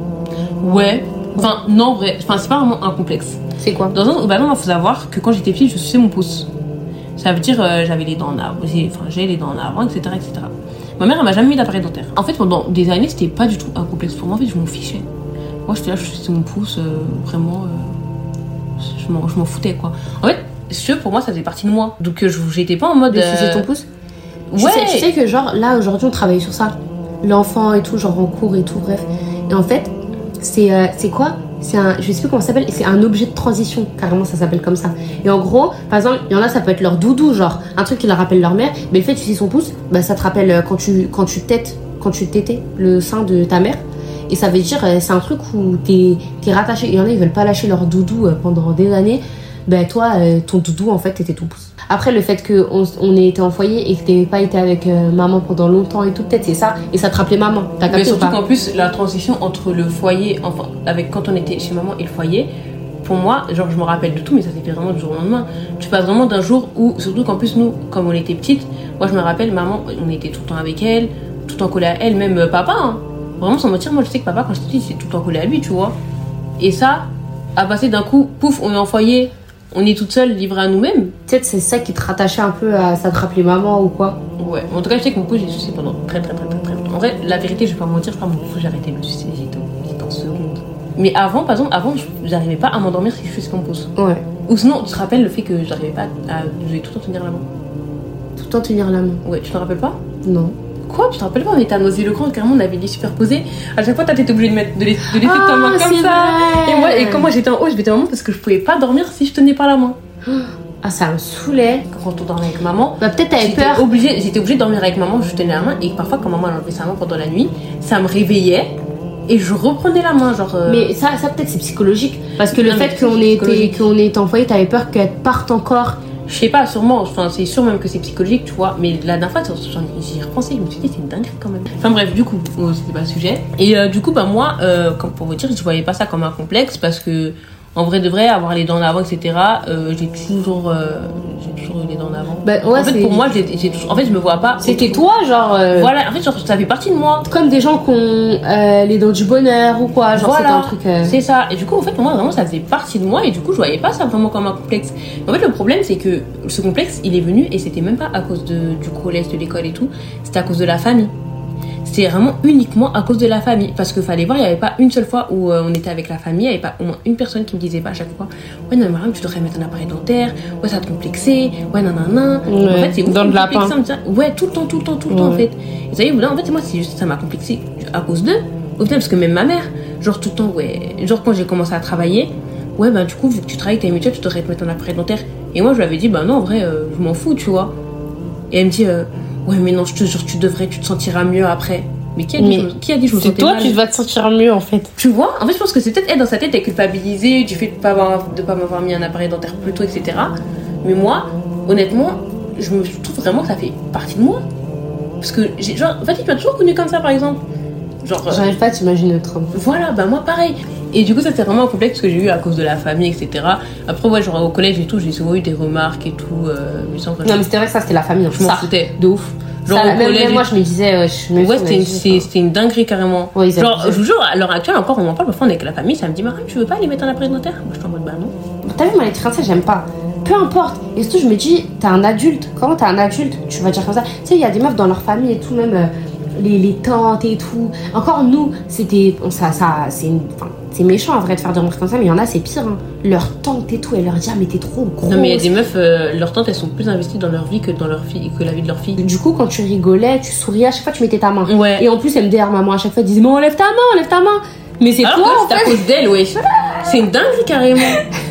Ouais. Enfin, non, vrai. Enfin, c'est pas vraiment un complexe. C'est quoi? Dans un, bah non, il faut savoir que quand j'étais petite, je suçais mon pouce. Ça veut dire, euh, j'avais les dents en avant, enfin, j'ai les dents en avant, et cetera, et cetera. Ma mère, elle m'a jamais mis d'appareil dentaire. En fait, pendant des années, c'était pas du tout un complexe pour moi. En fait, je m'en fichais. Moi, j'étais là, je suçais mon pouce, euh, vraiment, euh, je, m'en, je m'en foutais, quoi. En fait, ce pour moi, ça faisait partie de moi. Donc, euh, j'étais pas en mode. De sucer ton pouce? Ouais. Tu sais, tu sais que, genre, là, aujourd'hui, on travaille sur ça. L'enfant et tout, genre en cours et tout, bref. Et en fait, c'est, euh, c'est quoi? C'est un, je sais plus comment ça s'appelle, c'est un objet de transition, carrément ça s'appelle comme ça. Et en gros, par exemple, il y en a, ça peut être leur doudou, genre un truc qui leur rappelle leur mère, mais le fait de sucer son pouce, bah, ça te rappelle quand tu, quand tu tètes, quand tu tétais le sein de ta mère. Et ça veut dire, c'est un truc où t'es, t'es rattaché. Il y en a, ils veulent pas lâcher leur doudou pendant des années. Ben toi, ton doudou, en fait, c'était ton pouce. Après, le fait qu'on on ait été en foyer et que t'aies pas été avec euh, maman pendant longtemps et tout, peut-être c'est ça. Et ça te rappelait maman. T'as capté? Mais surtout ou pas? qu'en plus, la transition entre le foyer, enfin, avec quand on était chez maman et le foyer, pour moi, genre, je me rappelle de tout, mais ça s'est fait vraiment du jour au lendemain. Tu passes vraiment d'un jour où, surtout qu'en plus, nous, comme on était petites, moi, je me rappelle, maman, on était tout le temps avec elle, tout le temps collé à elle, même euh, papa, hein. Vraiment, sans mentir, moi, je sais que papa, quand j'étais petite, c'est tout le temps collé à lui, tu vois. Et ça, à passer d'un coup, pouf, on est en foyer. On est toute seule, livrée à nous-mêmes. Peut-être c'est ça qui te rattachait un peu à ça te rappelait maman ou quoi? Ouais, en tout cas, je sais que mon pouce, j'ai sucé pendant très très très très très longtemps. En vrai, la vérité, je vais pas mentir, je crois que mon pouce, j'ai arrêté de le sucer, j'étais en seconde. Mais avant, par exemple, avant, j'arrivais pas à m'endormir si je suçais mon pouce. Ouais. Ou sinon, tu te rappelles le fait que j'arrivais pas à. Je devais tout le temps tenir la main. Tout le temps tenir la main? Ouais, tu te rappelles pas? Non. Quoi? Tu te rappelles pas? On était à Noisy-le-Grand, carrément, on avait les superposés. À chaque fois, t'étais obligée de mettre de laisser ah, ta main comme ça. Vrai. Et moi, et quand moi j'étais en haut, je mettais ma main parce que je pouvais pas dormir si je tenais pas la main. Ah, ça me saoulait. Quand on dormait avec maman, bah peut-être t'avais j'étais peur. Obligée, j'étais obligée de dormir avec maman, je tenais la main. Et parfois, quand maman enlevait sa main pendant la nuit, ça me réveillait et je reprenais la main. Genre, euh... Mais ça, ça peut-être c'est psychologique. Parce que le non, fait qu'on ait été, qu'on ait été en foyer, t'avais peur qu'elle parte encore. Je sais pas, sûrement. Enfin, c'est sûr même que c'est psychologique, tu vois. Mais la dernière fois, j'y ai repensé, je me suis dit, c'est une dinguerie quand même. Enfin bref, du coup, oh, c'était pas le sujet. Et euh, du coup, bah moi, euh, comme pour vous dire, je voyais pas ça comme un complexe parce que En vrai de vrai, avoir les dents en avant, et cetera. Euh, j'ai toujours, euh, j'ai toujours eu les dents en avant. Bah, ouais, en fait, c'est... pour moi, j'ai, j'ai toujours, en fait, je me vois pas. C'était toi, genre. Euh... Voilà, en fait, genre, ça fait partie de moi. Comme des gens qui ont euh, les dents du bonheur ou quoi, genre voilà, c'était un truc. Euh... C'est ça. Et du coup, en fait, pour moi, vraiment, ça faisait partie de moi. Et du coup, je voyais pas ça vraiment comme un complexe. En fait, le problème, c'est que ce complexe, il est venu et c'était même pas à cause de, du collège, de l'école et tout. C'était à cause de la famille. C'était vraiment uniquement à cause de la famille. Parce qu'il fallait voir, il n'y avait pas une seule fois où euh, on était avec la famille, il n'y avait pas au moins une personne qui me disait pas à chaque fois ouais, non, Mariam, tu devrais mettre un appareil dentaire, ouais, ça va te complexer, ouais, nanana. Ouais, en fait, c'est dans le lapin. Ouais, tout le temps, tout le temps, tout le ouais. temps, en fait. Et vous savez, en fait, moi, c'est juste ça m'a complexé à cause d'eux. Au final, parce que même ma mère, genre tout le temps, ouais, genre quand j'ai commencé à travailler, ouais, bah du coup, vu que tu travailles, t'as une mutuelle, tu devrais te mettre un appareil dentaire. Et moi, je lui avais dit, bah non, en vrai, euh, je m'en fous, tu vois. Et elle me dit, euh, ouais, mais non, je te jure, tu devrais, tu te sentiras mieux après. Mais qui a dit, mais je, qui a dit je me c'est sentais toi mal. qui vas te sentir mieux en fait. Tu vois, en fait je pense que c'est peut-être elle dans sa tête, elle est culpabilisée du fait de pas avoir, de pas m'avoir mis un appareil dentaire plus tôt, et cetera. Mais moi, honnêtement, je me trouve vraiment que ça fait partie de moi. Parce que j'ai, genre, en fait, tu m'as toujours connu comme ça par exemple. Genre, j'arrive pas à t'imaginer autre. Voilà, bah moi pareil. Et du coup, ça c'est vraiment un complexe que j'ai eu à cause de la famille, et cetera. Après, ouais, genre au collège et tout, j'ai souvent eu des remarques et tout. Euh, mais sans non, mais c'était vrai que ça c'était la famille. Je m'en foutais. De ouf. Genre ça, au même, collège, même moi je me disais euh, je me ouais c'était une, c'est, c'était une dinguerie carrément. Ouais, genre je vous jure à l'heure actuelle encore on m'en parle parfois avec la famille, ça me dit Mariam, tu veux pas aller mettre un appareil dentaire? Moi je suis en mode bah non. T'as vu moi les trucs comme ça j'aime pas, peu importe. Et surtout je me dis t'es un adulte, comment t'es un adulte tu vas dire comme ça? Tu sais il y a des meufs dans leur famille et tout, même euh, les, les tantes et tout, encore nous c'était ça, ça c'est une, enfin, c'est méchant en vrai de faire des remarques comme ça, mais il y en a c'est pire hein. Leur tante et tout, elle leur dit ah mais t'es trop grosse. Non mais il y a des meufs, euh, leurs tantes elles sont plus investies dans leur vie que dans leur fille, que la vie de leur fille. Du coup quand tu rigolais, tu souriais, à chaque fois tu mettais ta main. Ouais. Et en plus elle me derrière maman à chaque fois elle disait mais enlève ta main, enlève ta main. Mais c'est alors toi que en c'est fait. à cause d'elle, wesh. C'est une dinguerie carrément.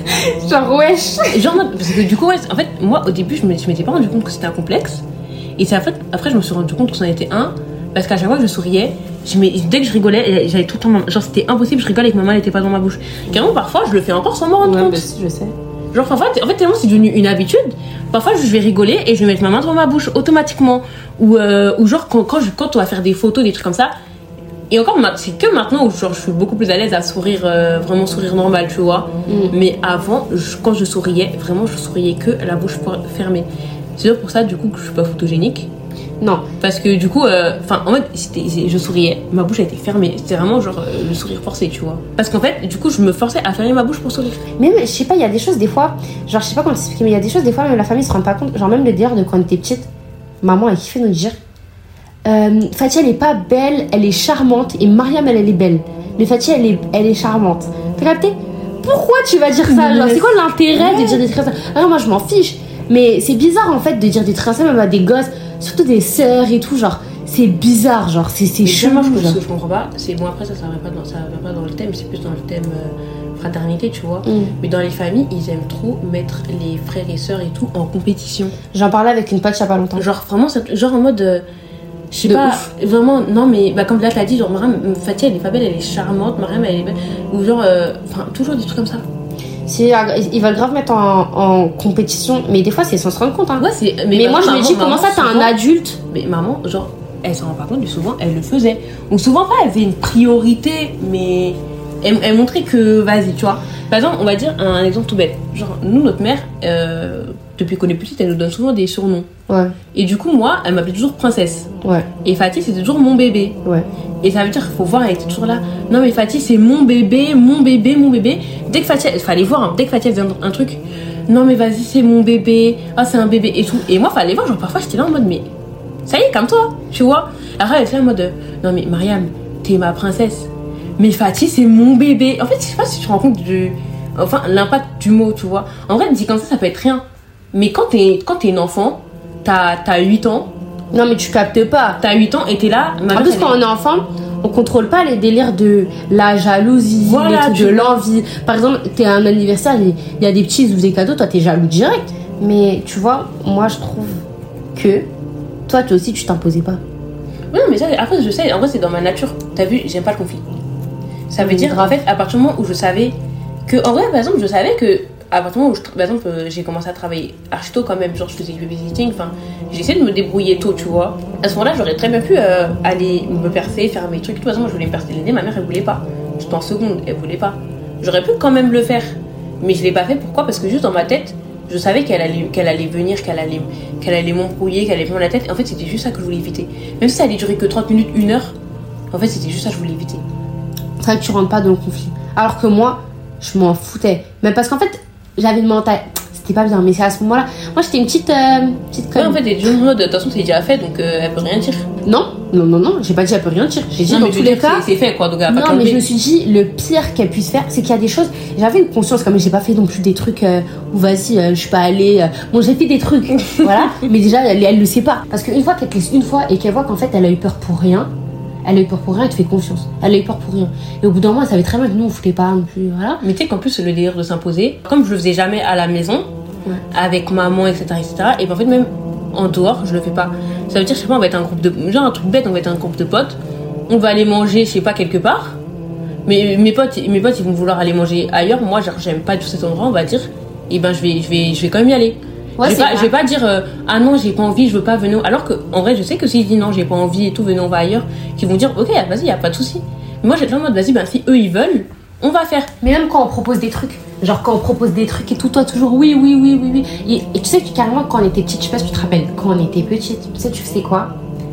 Genre wesh. Genre parce que du coup ouais, en fait moi au début je, me, je m'étais pas rendu compte que c'était un complexe. Et c'est en fait après je me suis rendu compte que c'en était un. Parce qu'à chaque fois que je souriais, je dès que je rigolais, j'avais tout le temps ma... genre c'était impossible, je rigolais avec ma main, elle était pas dans ma bouche. Carrément parfois je le fais encore sans m'en rendre ouais, compte. Bah, si, je sais. Genre en fait, en fait tellement c'est devenu une habitude. Parfois je vais rigoler et je vais mettre ma main dans ma bouche automatiquement. Ou euh, ou genre quand quand, je, quand on va faire des photos, des trucs comme ça. Et encore c'est que maintenant où genre je suis beaucoup plus à l'aise à sourire, euh, vraiment sourire normal, tu vois. Mm. Mais avant je, quand je souriais, vraiment je souriais que la bouche fermée. C'est pour ça du coup que je suis pas photogénique. Non. Parce que du coup, enfin, euh, en fait, c'était, je souriais, ma bouche a été fermée. C'était vraiment genre euh, le sourire forcé, tu vois. Parce qu'en fait, du coup, je me forçais à fermer ma bouche pour sourire. Mais, mais je sais pas, il y a des choses des fois, genre je sais pas comment t'expliquer, mais il y a des choses des fois, même la famille se rend pas compte. Genre même le dire de quand on était petite, maman elle kiffait nous dire euh, Fatia elle est pas belle, elle est charmante, et Mariam elle, elle est belle. Mais Fatia elle est, elle est charmante. T'as capté? Pourquoi tu vas dire ça? Genre, c'est quoi l'intérêt ouais. de dire des trucs comme ça? Alors moi je m'en fiche. Mais c'est bizarre en fait de dire des trucs comme ça même à des gosses, surtout des sœurs et tout, genre c'est bizarre, genre c'est, c'est chelou. Ce que je comprends pas, c'est bon après ça ça va pas dans, ça va pas dans le thème, c'est plus dans le thème euh, fraternité, tu vois. Mm. Mais dans les familles, ils aiment trop mettre les frères et sœurs et tout en compétition. J'en parlais avec une pote il y a pas longtemps. Genre vraiment, genre en mode, euh, je sais de pas, ouf. Vraiment, non mais bah, comme là t'as dit, genre Mariam, Fatia elle est pas belle, elle est charmante, Mariam elle est belle, ou genre, enfin euh, toujours des trucs comme ça. Si, ils veulent grave mettre en, en compétition, mais des fois c'est sans se rendre compte. Hein. Ouais, c'est, mais mais bah, moi je maman, me dis, comment ça t'es un adulte? Mais maman, genre, elle s'en rend pas compte, mais souvent elle le faisait. Ou souvent pas, elle faisait une priorité, mais elle, elle montrait que vas-y, tu vois. Par exemple, on va dire un exemple tout bête. Genre, nous, notre mère, euh, depuis qu'on est petite, elle nous donne souvent des surnoms. Ouais. Et du coup, moi, elle m'appelait toujours princesse. Ouais. Et Fatih, c'était toujours mon bébé. Ouais. Et ça veut dire qu'il faut voir, elle était toujours là. Non, mais Fatih, c'est mon bébé, mon bébé, mon bébé. Dès que Fatih, il fallait voir, hein, dès que Fatih faisait un, un truc, non, mais vas-y, c'est mon bébé. Ah, c'est un bébé et tout. Et moi, il fallait voir, genre, parfois, j'étais là en mode, mais ça y est, comme toi, tu vois. Après, elle était là en mode, non, mais Mariam, t'es ma princesse. Mais Fatih, c'est mon bébé. En fait, je sais pas si tu te rends compte du. Enfin, l'impact du mot, tu vois. En vrai, dit comme ça, ça peut être rien. Mais quand t'es, quand t'es une enfant, t'as, t'as huit ans. Non, mais tu captes pas. T'as huit ans et t'es là. En plus, quand on est enfant, on contrôle pas les délires de la jalousie, voilà, de l'envie. Par exemple, t'es à un anniversaire, il y a des petits, ils ouvrent des cadeaux, toi t'es jaloux direct. Mais tu vois, moi je trouve que toi, toi aussi, tu t'imposais pas. Oui, non, mais ça, après, je sais, en vrai, c'est dans ma nature. T'as vu, j'aime pas le conflit. Ça veut mmh, dire, grave. En fait, à partir du moment où je savais que, en vrai, par exemple, je savais que, à partir du moment où, je, par exemple, j'ai commencé à travailler archi tôt quand même, genre je faisais du babysitting, enfin, j'ai essayé de me débrouiller tôt, tu vois. À ce moment-là, j'aurais très bien pu euh, aller me percer, faire mes trucs. De toute façon, moi, je voulais me percer les nez, ma mère, elle voulait pas. J'étais en seconde, elle voulait pas. J'aurais pu quand même le faire. Mais je l'ai pas fait, pourquoi? Parce que juste dans ma tête, je savais qu'elle allait, qu'elle allait venir, qu'elle allait, qu'elle allait m'embrouiller, qu'elle allait prendre la tête. Et en fait, c'était juste ça que je voulais éviter. Même si ça allait durer que trente minutes, une heure, en fait, c'était juste ça que je voulais éviter. C'est vrai que tu rentres pas dans le conflit. Alors que moi, je m'en foutais. Mais parce qu'en fait, j'avais une mentalité. C'était pas bien, mais c'est à ce moment-là. Moi, j'étais une petite. Euh, petite ouais, en fait, t'es déjà en mode, de toute façon, c'est déjà fait, donc euh, elle peut rien dire. Non, non, non, non, j'ai pas dit elle peut rien dire. J'ai dit non, dans mais tous les cas. C'est, c'est fait, quoi, donc elle va non, pas mais je me suis dit, le pire qu'elle puisse faire, c'est qu'il y a des choses. J'avais une conscience, comme j'ai pas fait non plus des trucs euh, où vas-y, euh, je suis pas allée. Euh, bon, j'ai fait des trucs, voilà, mais déjà, elle, elle le sait pas. Parce qu'une fois qu'elle te laisse une fois et qu'elle voit qu'en fait, elle a eu peur pour rien. Elle a eu peur pour rien, elle te fait confiance. Elle a eu peur pour rien. Et au bout d'un moment, elle savait très bien que nous, on foutait pas non plus. Voilà. Mais tu sais qu'en plus, le délire de s'imposer, comme je le faisais jamais à la maison, ouais. avec maman, et cetera, et cetera, et ben en fait, même en dehors, je le fais pas. Ça veut dire, je sais pas, on va être un groupe de. Genre un truc bête, on va être un groupe de potes. On va aller manger, je sais pas, quelque part. Mais mes potes, mes potes, ils vont vouloir aller manger ailleurs. Moi, genre, j'aime pas tout cet endroit, on va dire. Et ben, je vais, je vais, je vais quand même y aller. Ouais, je, vais pas, je vais pas dire euh, ah non j'ai pas envie, je veux pas, venez. Alors que en vrai je sais que s'ils disent non j'ai pas envie et tout, venez on va ailleurs, qu'ils vont dire ok vas-y y a pas de souci. Mais moi j'ai toujours en mode vas-y ben si eux ils veulent on va faire. Mais même quand on propose des trucs, genre quand on propose des trucs et tout, toi toujours oui oui oui oui oui. Et, et tu sais que carrément quand on était petite, je sais pas si tu te rappelles, quand on était petite, tu sais tu faisais quoi?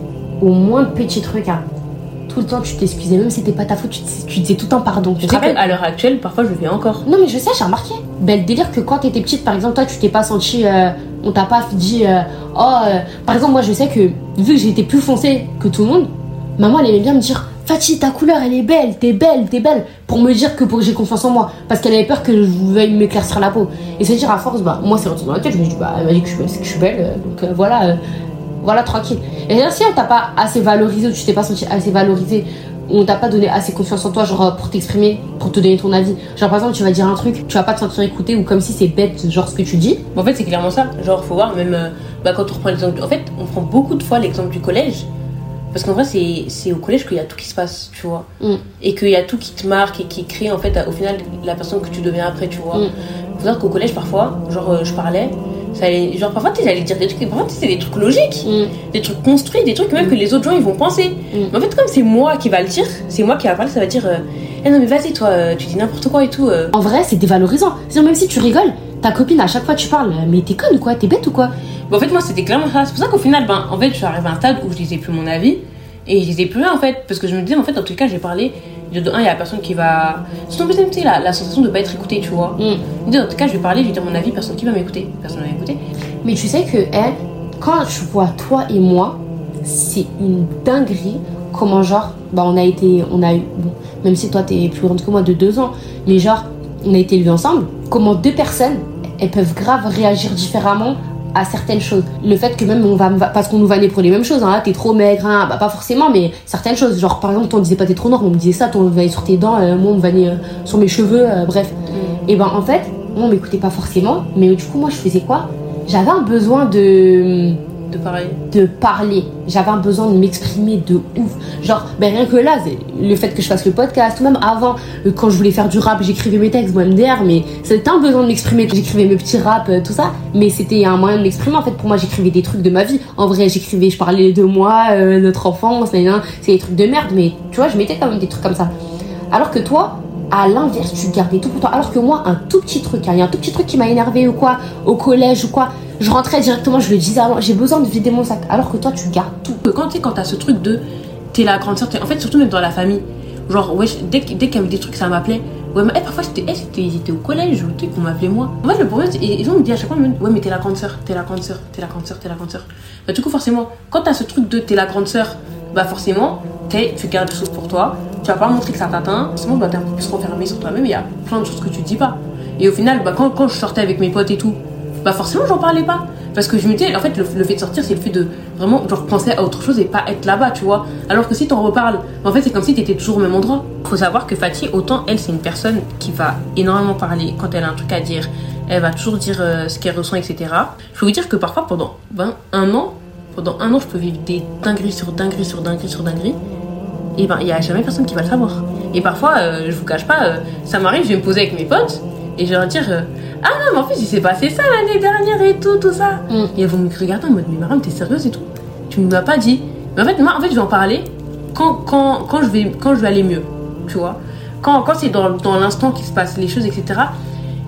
Au moins de petits trucs hein. Tout le temps tu t'excusais, même si c'était pas ta faute, tu, tu disais tout le temps pardon. Je sais qu'à l'heure actuelle, parfois je le fais encore. Non mais je sais, j'ai remarqué. Ben le délire que quand t'étais petite, par exemple, toi tu t'es pas senti, euh, on t'a pas dit, euh, oh, euh, par exemple moi je sais que vu que j'étais plus foncée que tout le monde, maman elle aimait bien me dire, Fatih ta couleur elle est belle, t'es belle, t'es belle, pour me dire que pour que j'ai confiance en moi, parce qu'elle avait peur que je veuille m'éclaircir la peau. Et c'est dire à force, bah moi c'est rentré dans la tête, je me dis bah elle m'a dit que je suis belle, c'est que je suis belle, euh, donc euh, voilà. Euh, Voilà, tranquille. Et là, si on t'a pas assez valorisé ou tu t'es pas senti assez valorisé, ou on t'a pas donné assez confiance en toi, genre pour t'exprimer, pour te donner ton avis. Genre par exemple, tu vas dire un truc, tu vas pas te sentir écouté ou comme si c'est bête, genre ce que tu dis. En fait, c'est clairement ça. Genre, faut voir, même euh, bah, quand on reprend l'exemple. En fait, on prend beaucoup de fois l'exemple du collège. Parce qu'en vrai, c'est, c'est au collège qu'il y a tout qui se passe, tu vois. Mm. Et qu'il y a tout qui te marque et qui crée, en fait, au final, la personne que tu deviens après, tu vois. Mm. Faut dire qu'au collège, parfois, genre, euh, je parlais. Ça allait, genre parfois tu sais j'allais dire des trucs, parfois tu sais c'est des trucs logiques, mm. des trucs construits, des trucs même mm. que les autres gens ils vont penser. Mm. Mais en fait comme c'est moi qui va le dire, c'est moi qui va parler, ça va dire euh, eh non mais vas-y toi euh, tu dis n'importe quoi et tout. Euh. En vrai c'est dévalorisant. C'est-à-dire même si tu rigoles, ta copine à chaque fois tu parles, mais t'es conne ou quoi, t'es bête ou quoi. Bon, en fait moi c'était clairement ça. C'est pour ça qu'au final ben en fait je suis arrivée à un stade où je disais plus mon avis et je disais plus rien en fait parce que je me disais en fait en tout cas j'ai parlé. De un, il y a la personne qui va. C'est ton tu sais, la, la sensation de pas être écoutée, tu vois. Mm. En tout cas, je vais parler, je vais dire mon avis, personne qui va m'écouter. Personne ne va m'écouter. Mais tu sais que, elle, quand je vois toi et moi, c'est une dinguerie. Comment, genre, bah, on a été. On a eu. Bon, même si toi, t'es plus grande que moi de deux ans, mais genre, on a été élevés ensemble. Comment deux personnes, elles peuvent grave réagir différemment à certaines choses. Le fait que même on va, parce qu'on nous vannait pour les mêmes choses, hein, t'es trop maigre, hein, bah pas forcément, mais certaines choses. Genre par exemple, on disait pas t'es trop noir, on me disait ça, toi on me vannait sur tes dents, euh, moi on me vannait euh, sur mes cheveux, euh, bref. Mm. Et ben en fait, moi on m'écoutait pas forcément, mais du coup moi je faisais quoi? J'avais un besoin de. De parler. De parler. J'avais un besoin de m'exprimer de ouf. Genre, ben rien que là, le fait que je fasse le podcast, ou même avant, quand je voulais faire du rap, j'écrivais mes textes, moi M D R, mais c'était un besoin de m'exprimer. J'écrivais mes petits raps, tout ça, mais c'était un moyen de m'exprimer. En fait, pour moi, j'écrivais des trucs de ma vie. En vrai, j'écrivais, je parlais de moi, euh, notre enfance, c'est des trucs de merde, mais tu vois, je mettais quand même des trucs comme ça. Alors que toi, à l'inverse, tu gardais tout pour toi. Alors que moi, un tout petit truc, il y a un tout petit truc qui m'a énervé ou quoi, au collège ou quoi, je rentrais directement, je le disais avant, j'ai besoin de vider mon sac. Alors que toi, tu gardes tout. Quand tu sais, quand t'as ce truc de t'es la grande sœur, en fait, surtout même dans la famille, genre, ouais, dès, dès qu'il y avait des trucs, ça m'appelait. Ouais, mais hey, parfois, c'était, hey, c'était, ils étaient au collège, ou tu sais, qu'on m'appelait moi. En fait, le problème, ils ont me dit à chaque fois, ouais, mais t'es la grande sœur, t'es la grande sœur, t'es la grande sœur, t'es la grande sœur. Bah, du coup, forcément, quand t'as ce truc de t'es la grande sœur, bah, forcément, t'es, tu gardes des choses pour toi. Tu vas pas montrer que ça t'atteint, forcément bah, t'es un peu plus renfermé sur toi-même, il y a plein de choses que tu dis pas. Et au final, bah, quand, quand je sortais avec mes potes et tout, bah forcément j'en parlais pas. Parce que je me disais, en fait, le, le fait de sortir, c'est le fait de vraiment genre, penser à autre chose et pas être là-bas, tu vois. Alors que si t'en reparles, en fait, c'est comme si t'étais toujours au même endroit. Faut savoir que Fatih, autant elle, c'est une personne qui va énormément parler quand elle a un truc à dire, elle va toujours dire euh, ce qu'elle ressent, et cetera. Je peux vous dire que parfois, pendant ben, un an, pendant un an, je peux vivre des dingueries sur dingueries sur dingueries sur dingueries. Et ben, il n'y a jamais personne qui va le savoir. Et parfois, euh, je vous cache pas, euh, ça m'arrive, je vais me poser avec mes potes et je vais leur dire euh, ah non, mais en fait, il s'est passé ça l'année dernière et tout, tout ça. Mm. Et elles vont me regarder en mode mais Mariam, t'es sérieuse et tout? Tu ne m'as pas dit. Mais en fait, moi, en fait, je vais en parler quand, quand, quand, je, vais, quand je vais aller mieux, tu vois. Quand, quand c'est dans, dans l'instant qu'il se passe les choses, et cetera.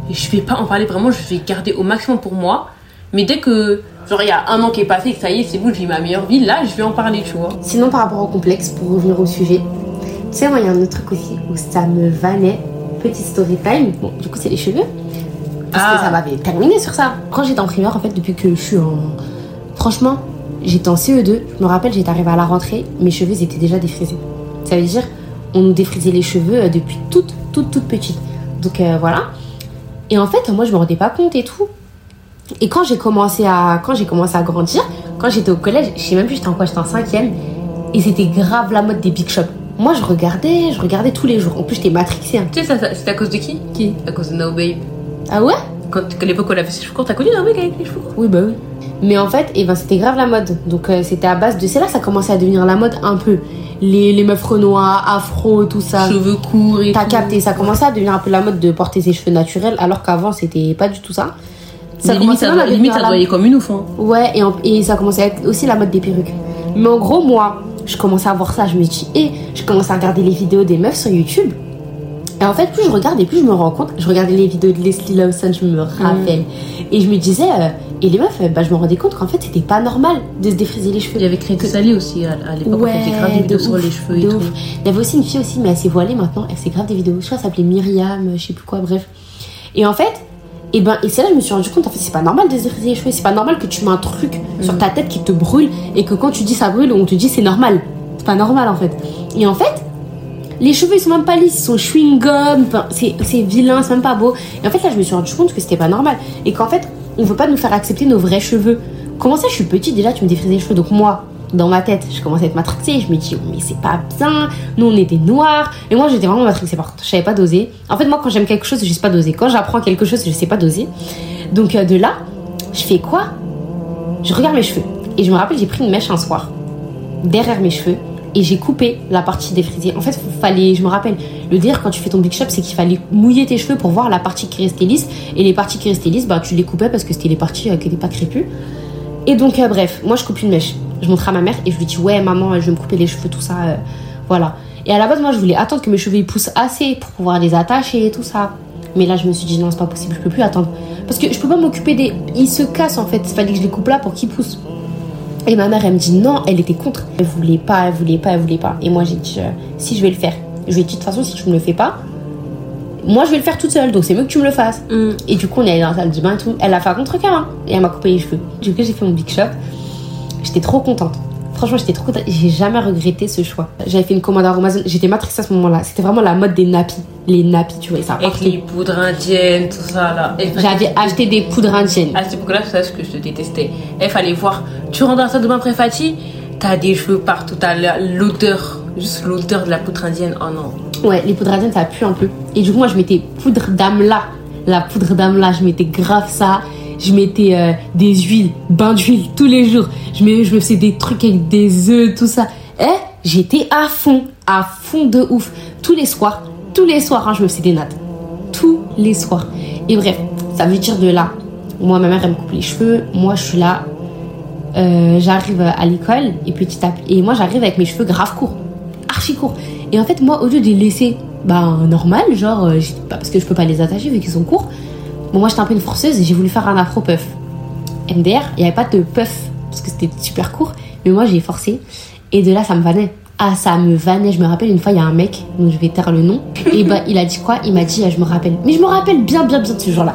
je vais pas en parler vraiment, je vais garder au maximum pour moi. Mais dès que, genre, il y a un an qui est passé, que ça y est, c'est bon, j'ai ma meilleure vie, là, je vais en parler, tu vois. Sinon, par rapport au complexe, pour revenir au sujet, tu sais, moi, il y a un autre truc aussi où ça me vannait. Petit story time. Bon, du coup, c'est les cheveux. Parce Ah. que ça m'avait terminé sur ça. Quand j'étais en primaire, en fait, depuis que je suis en. Franchement, j'étais en C E deux. Je me rappelle, j'étais arrivée à la rentrée, mes cheveux ils étaient déjà défrisés. Ça veut dire, on nous défrisait les cheveux euh, depuis toute, toute, toute petite. Donc euh, voilà. Et en fait, moi, je me rendais pas compte et tout. Et quand j'ai commencé à, quand j'ai commencé à grandir, quand j'étais au collège, je sais même plus j'étais en quoi, j'étais en cinquième, et c'était grave la mode des big shops. Moi, je regardais, je regardais tous les jours. En plus, j'étais matrixée. Hein. Tu sais, ça, ça, c'était à cause de qui Qui À cause de No Babe. Ah ouais? Quand, à l'époque où elle avait ses cheveux courts, t'as connu No Babe avec les cheveux courts? Oui, bah oui. Mais en fait, eh ben, c'était grave la mode. Donc, euh, c'était à base de. C'est là que ça commençait à devenir la mode un peu. Les, les meufs renois, afro, tout ça. Cheveux courts et T'as tout. capté, ça commençait à devenir un peu la mode de porter ses cheveux naturels, alors qu'avant, c'était pas du tout ça. Ça limite, commençait ça, même à limite, devenir ça la- doyait comme une ouf. Hein. Ouais, et, en- et ça commençait à être aussi la mode des perruques. Mais en gros, moi, je commençais à voir ça, je me dis, et je commençais à regarder les vidéos des meufs sur YouTube. Et en fait, plus je regarde et plus je me rends compte, je regardais les vidéos de Leslie Lawson, je me rappelle. Et je me disais, euh, et les meufs, euh, bah, je me rendais compte qu'en fait, c'était pas normal de se défriser les cheveux. Il y avait Crédit Salé aussi à, à l'époque, Ouais, on faisait grave des vidéos de sur ouf, les cheveux et de tout. ouf. Il y avait aussi une fille aussi, mais elle s'est voilée maintenant, elle fait grave des vidéos. Je crois qu'elle s'appelait Myriam, je sais plus quoi, bref. Et en fait, et ben, et c'est là que je me suis rendu compte, en fait, c'est pas normal de se défriser les cheveux, c'est pas normal que tu mets un truc Mm. sur ta tête qui te brûle et que quand tu dis ça brûle, on te dit c'est normal. C'est pas normal en fait. Et en fait, les cheveux ils sont même pas lisses, ils sont chewing-gum, enfin, c'est c'est vilain, c'est même pas beau. Et en fait, là, je me suis rendu compte que c'était pas normal et qu'en fait, on veut pas nous faire accepter nos vrais cheveux. Comment ça, je suis petite déjà, tu me défrises les cheveux, donc moi. Dans ma tête, je commençais à être matrixée. Je me dis, mais c'est pas bien. Nous, on était noirs. Et moi, j'étais vraiment matrixée par contre. Je savais pas doser. En fait, moi, quand j'aime quelque chose, je sais pas doser. Quand j'apprends quelque chose, je sais pas doser. Donc, euh, de là, je fais quoi? Je regarde mes cheveux. Et je me rappelle, j'ai pris une mèche un soir, derrière mes cheveux. Et j'ai coupé la partie défrisée. En fait, il fallait, je me rappelle, le dire quand tu fais ton big shop, c'est qu'il fallait mouiller tes cheveux pour voir la partie qui restait lisse. Et les parties qui restaient lisses, bah, tu les coupais parce que c'était les parties euh, qui n'étaient pas crépues. Et donc, euh, bref, moi, je coupe une mèche. Je montre à ma mère et je lui dis, ouais, maman, je vais me couper les cheveux, tout ça. euh, voilà. Et à la base, moi, je voulais attendre que mes cheveux ils poussent assez pour pouvoir les attacher et tout ça. Mais là, je me suis dit, non, c'est pas possible, je peux plus attendre. Parce que je peux pas m'occuper des. Ils se cassent en fait. Il fallait que je les coupe là pour qu'ils poussent. Et ma mère, elle me dit non, elle était contre. Elle voulait pas, elle voulait pas, elle voulait pas. Et moi, j'ai dit, euh, si je vais le faire. Je lui ai dit, de toute façon, si tu me le fais pas, moi, je vais le faire toute seule. Donc, c'est mieux que tu me le fasses. Mm. Et du coup, on est allé dans la salle de bain et tout. Elle a fait un contre-cœur. Hein, et elle m'a coupé les cheveux. Du coup, j'ai fait mon big shop. J'étais trop contente. Franchement, j'étais trop contente. J'ai jamais regretté ce choix. J'avais fait une commande à Amazon. J'étais matrixée à ce moment-là. C'était vraiment la mode des nappies. Les nappies, tu vois. Ça Avec partait. les poudres indiennes, tout ça là. Et J'avais acheté des poudres indiennes. À cette époque-là, c'est ça ce que je te détestais. Il fallait voir. Tu rentres dans la salle de bain après Fatih, t'as des cheveux partout, t'as la- l'odeur, juste l'odeur de la poudre indienne. Oh non. Ouais, les poudres indiennes, ça pue un peu. Et du coup, moi, je mettais poudre d'amla. La poudre d'amla, je mettais grave ça. Je mettais euh, des huiles, bain d'huile tous les jours. Je me, je me faisais des trucs avec des œufs, tout ça. Eh, j'étais à fond, à fond de ouf. Tous les soirs, tous les soirs, hein, je me faisais des nattes. Tous les soirs. Et bref, ça veut dire de là. Moi, ma mère, elle me coupe les cheveux. Moi, je suis là. Euh, j'arrive à l'école. Et petit à petit. Et moi, j'arrive avec mes cheveux grave courts. Archi courts. Et en fait, moi, au lieu de les laisser bah, normal, genre, euh, j'ai- bah, parce que je peux pas les attacher vu qu'ils sont courts. Bon, moi, j'étais un peu une forceuse et j'ai voulu faire un afro puff. M D R, il n'y avait pas de puff parce que c'était super court. Mais moi, j'ai forcé. Et de là, ça me vannait. Ah, ça me vannait. Je me rappelle, une fois, il y a un mec, dont je vais taire le nom. Et bah, il a dit quoi? Il m'a dit, ah, je me rappelle. Mais je me rappelle bien, bien, bien de ce jour-là.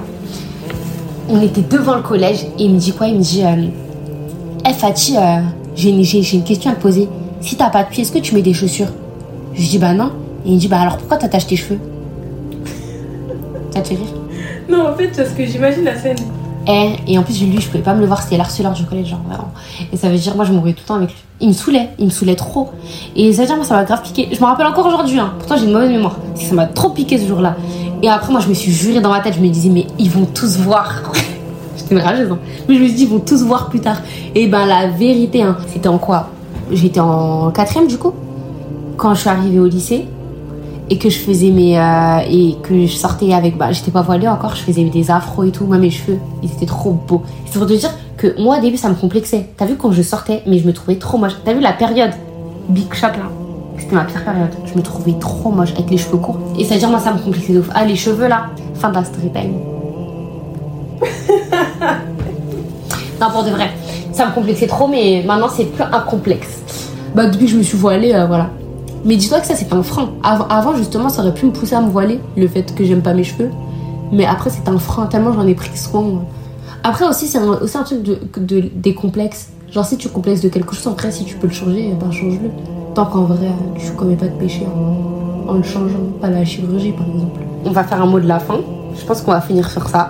On était devant le collège et il me dit quoi? Il me dit, euh, hey, Fatih, euh, j'ai une, j'ai- j'ai une question à te poser. Si t'as pas de pied, est-ce que tu mets des chaussures? Je lui dis, bah non. Et il me dit, bah alors pourquoi t'attaches tes cheveux? Ça te fait rire? Non, en fait, parce que j'imagine la scène. Et, et en plus, lui, je pouvais pas me le voir, c'était l'harceleur du collège, genre vraiment. Et ça veut dire, moi, je m'embrouillais tout le temps avec lui. Il me saoulait, il me saoulait trop. Et ça veut dire, moi, ça m'a grave piqué. Je me rappelle encore aujourd'hui, hein. Pourtant, j'ai une mauvaise mémoire. Parce que ça m'a trop piqué ce jour-là. Et après, moi, je me suis juré dans ma tête, je me disais, mais ils vont tous voir. J'étais une rageuse, hein. Mais je me suis dit, ils vont tous voir plus tard. Et ben, la vérité, hein, c'était en quoi? J'étais en quatrième, du coup, quand je suis arrivée au lycée. Et que je faisais mes euh, et que je sortais avec, bah j'étais pas voilée encore, je faisais des afros et tout. Moi, mes cheveux ils étaient trop beaux. C'est pour te dire que moi au début ça me complexait. T'as vu quand je sortais, mais je me trouvais trop moche. T'as vu la période big shop là, c'était ma pire période. Je me trouvais trop moche avec les cheveux courts. Et c'est à dire moi ça me complexait de ouf. Ah, les cheveux là, fin de la story time. Non, pour de vrai. Ça me complexait trop, mais maintenant, c'est plus un complexe. Bah, depuis que je me suis voilée, euh, voilà. Mais dis-toi que ça, c'est un frein. Av- avant, justement, ça aurait pu me pousser à me voiler, le fait que j'aime pas mes cheveux. Mais après, c'est un frein, tellement j'en ai pris soin. Après, aussi, c'est un, aussi un truc de, de, des complexes. Genre, si tu complexes de quelque chose, après, si tu peux le changer, ben change-le. Tant qu'en vrai, tu commets pas de péché en, en le changeant. Pas la chirurgie, par exemple. On va faire un mot de la fin. Je pense qu'on va finir sur ça.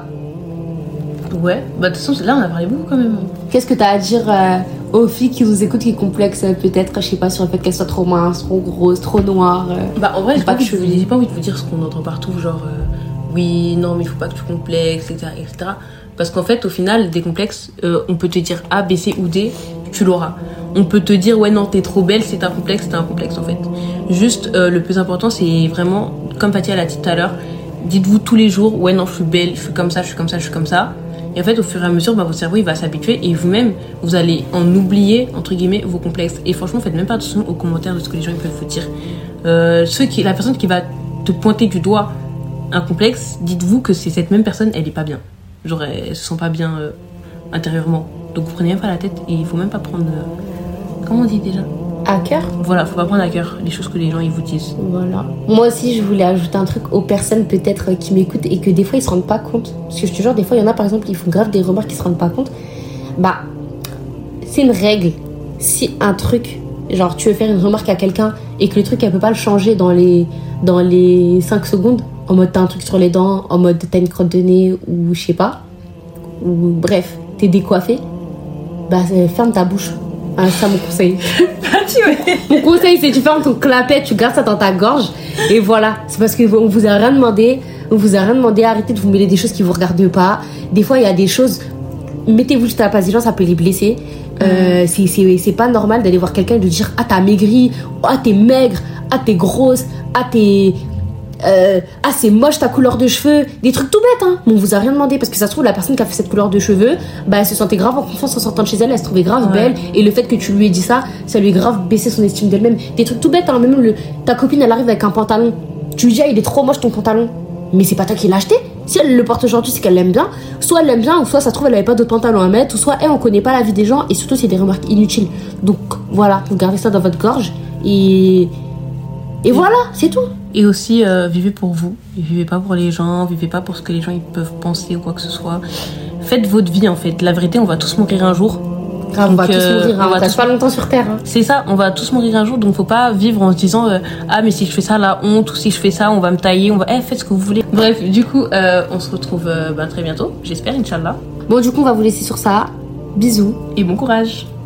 Ouais, bah de toute façon, là, on a parlé beaucoup quand même. Qu'est-ce que t'as à dire euh, aux filles qui nous écoutent, qui complexent euh, peut-être, je sais pas, sur le fait qu'elles soient trop minces, trop grosses, trop noires euh, Bah en vrai, j'ai pas, pas de envie de- cheveux. j'ai pas envie de vous dire ce qu'on entend partout, genre euh, oui, non, mais il faut pas que tu complexes, et cetera et cetera. Parce qu'en fait, au final, des complexes, euh, on peut te dire A, B, C ou D, tu l'auras. On peut te dire, ouais, non, t'es trop belle, c'est un complexe, c'est un complexe en fait. Juste, euh, le plus important, c'est vraiment, comme Fatia l'a dit tout à l'heure, dites-vous tous les jours, ouais, non, je suis belle, je suis comme ça, je suis comme ça, je suis comme ça. Et en fait, au fur et à mesure, bah, votre cerveau, il va s'habituer et vous-même, vous allez en oublier, entre guillemets, vos complexes. Et franchement, faites même pas attention aux commentaires de ce que les gens ils peuvent vous dire. Euh, ceux qui, la personne qui va te pointer du doigt un complexe, dites-vous que c'est cette même personne, elle est pas bien. Genre, elle se sent pas bien euh, intérieurement. Donc, vous prenez même pas la tête et il faut même pas prendre. Euh, comment on dit déjà ? À cœur. Voilà, faut pas prendre à cœur les choses que les gens ils vous disent. Voilà. Moi aussi, je voulais ajouter un truc aux personnes peut-être euh, qui m'écoutent et que des fois ils se rendent pas compte. Parce que je te jure, des fois, il y en a par exemple, ils font grave des remarques, ils se rendent pas compte. Bah, c'est une règle. Si un truc, genre tu veux faire une remarque à quelqu'un et que le truc elle peut pas le changer dans les, dans les cinq secondes, en mode t'as un truc sur les dents, en mode t'as une crotte de nez ou je sais pas, ou bref, t'es décoiffé, bah euh, ferme ta bouche. Ah, c'est ça mon conseil. Mon conseil, c'est tu fermes ton clapet, tu gardes ça dans ta gorge et voilà. C'est parce qu'on vous a rien demandé, on vous a rien demandé. Arrêtez de vous mêler des choses qui vous regardent pas. Des fois, il y a des choses. Mettez-vous juste à la place des gens, ça peut les blesser. Euh, Mm. c'est, c'est, c'est pas normal d'aller voir quelqu'un et de dire ah t'as maigri, ah t'es maigre, ah t'es grosse, ah t'es euh, ah c'est moche ta couleur de cheveux, des trucs tout bêtes hein. Mais on vous a rien demandé parce que ça se trouve la personne qui a fait cette couleur de cheveux, bah elle se sentait grave en confiance en sortant de chez elle, elle se trouvait grave Ouais. belle et le fait que tu lui aies dit ça, ça lui a grave baissé son estime d'elle-même. Des trucs tout bêtes hein, même le, ta copine elle arrive avec un pantalon, tu lui dis ah il est trop moche ton pantalon, mais c'est pas toi qui l'as acheté. Si elle le porte aujourd'hui, c'est qu'elle l'aime bien. Soit elle l'aime bien, ou soit ça se trouve elle avait pas d'autres pantalons à mettre, ou soit elle on connaît pas la vie des gens et surtout c'est des remarques inutiles. Donc voilà, vous gardez ça dans votre gorge et et voilà, c'est tout. Et aussi, euh, vivez pour vous. Vivez pas pour les gens, vivez pas pour ce que les gens ils peuvent penser ou quoi que ce soit. Faites votre vie en fait. La vérité, on va tous mourir un jour. Grave, on va Donc, tous euh, mourir, hein, on va on reste tous- pas longtemps sur terre. Hein. C'est ça, on va tous mourir un jour, donc faut pas vivre en se disant euh, ah mais si je fais ça la honte, ou si je fais ça on va me tailler, on va eh faites ce que vous voulez. Bref, du coup euh, on se retrouve euh, bah, très bientôt, j'espère, Inch'Allah, Bon, du coup, on va vous laisser sur ça. Bisous. et bon courage.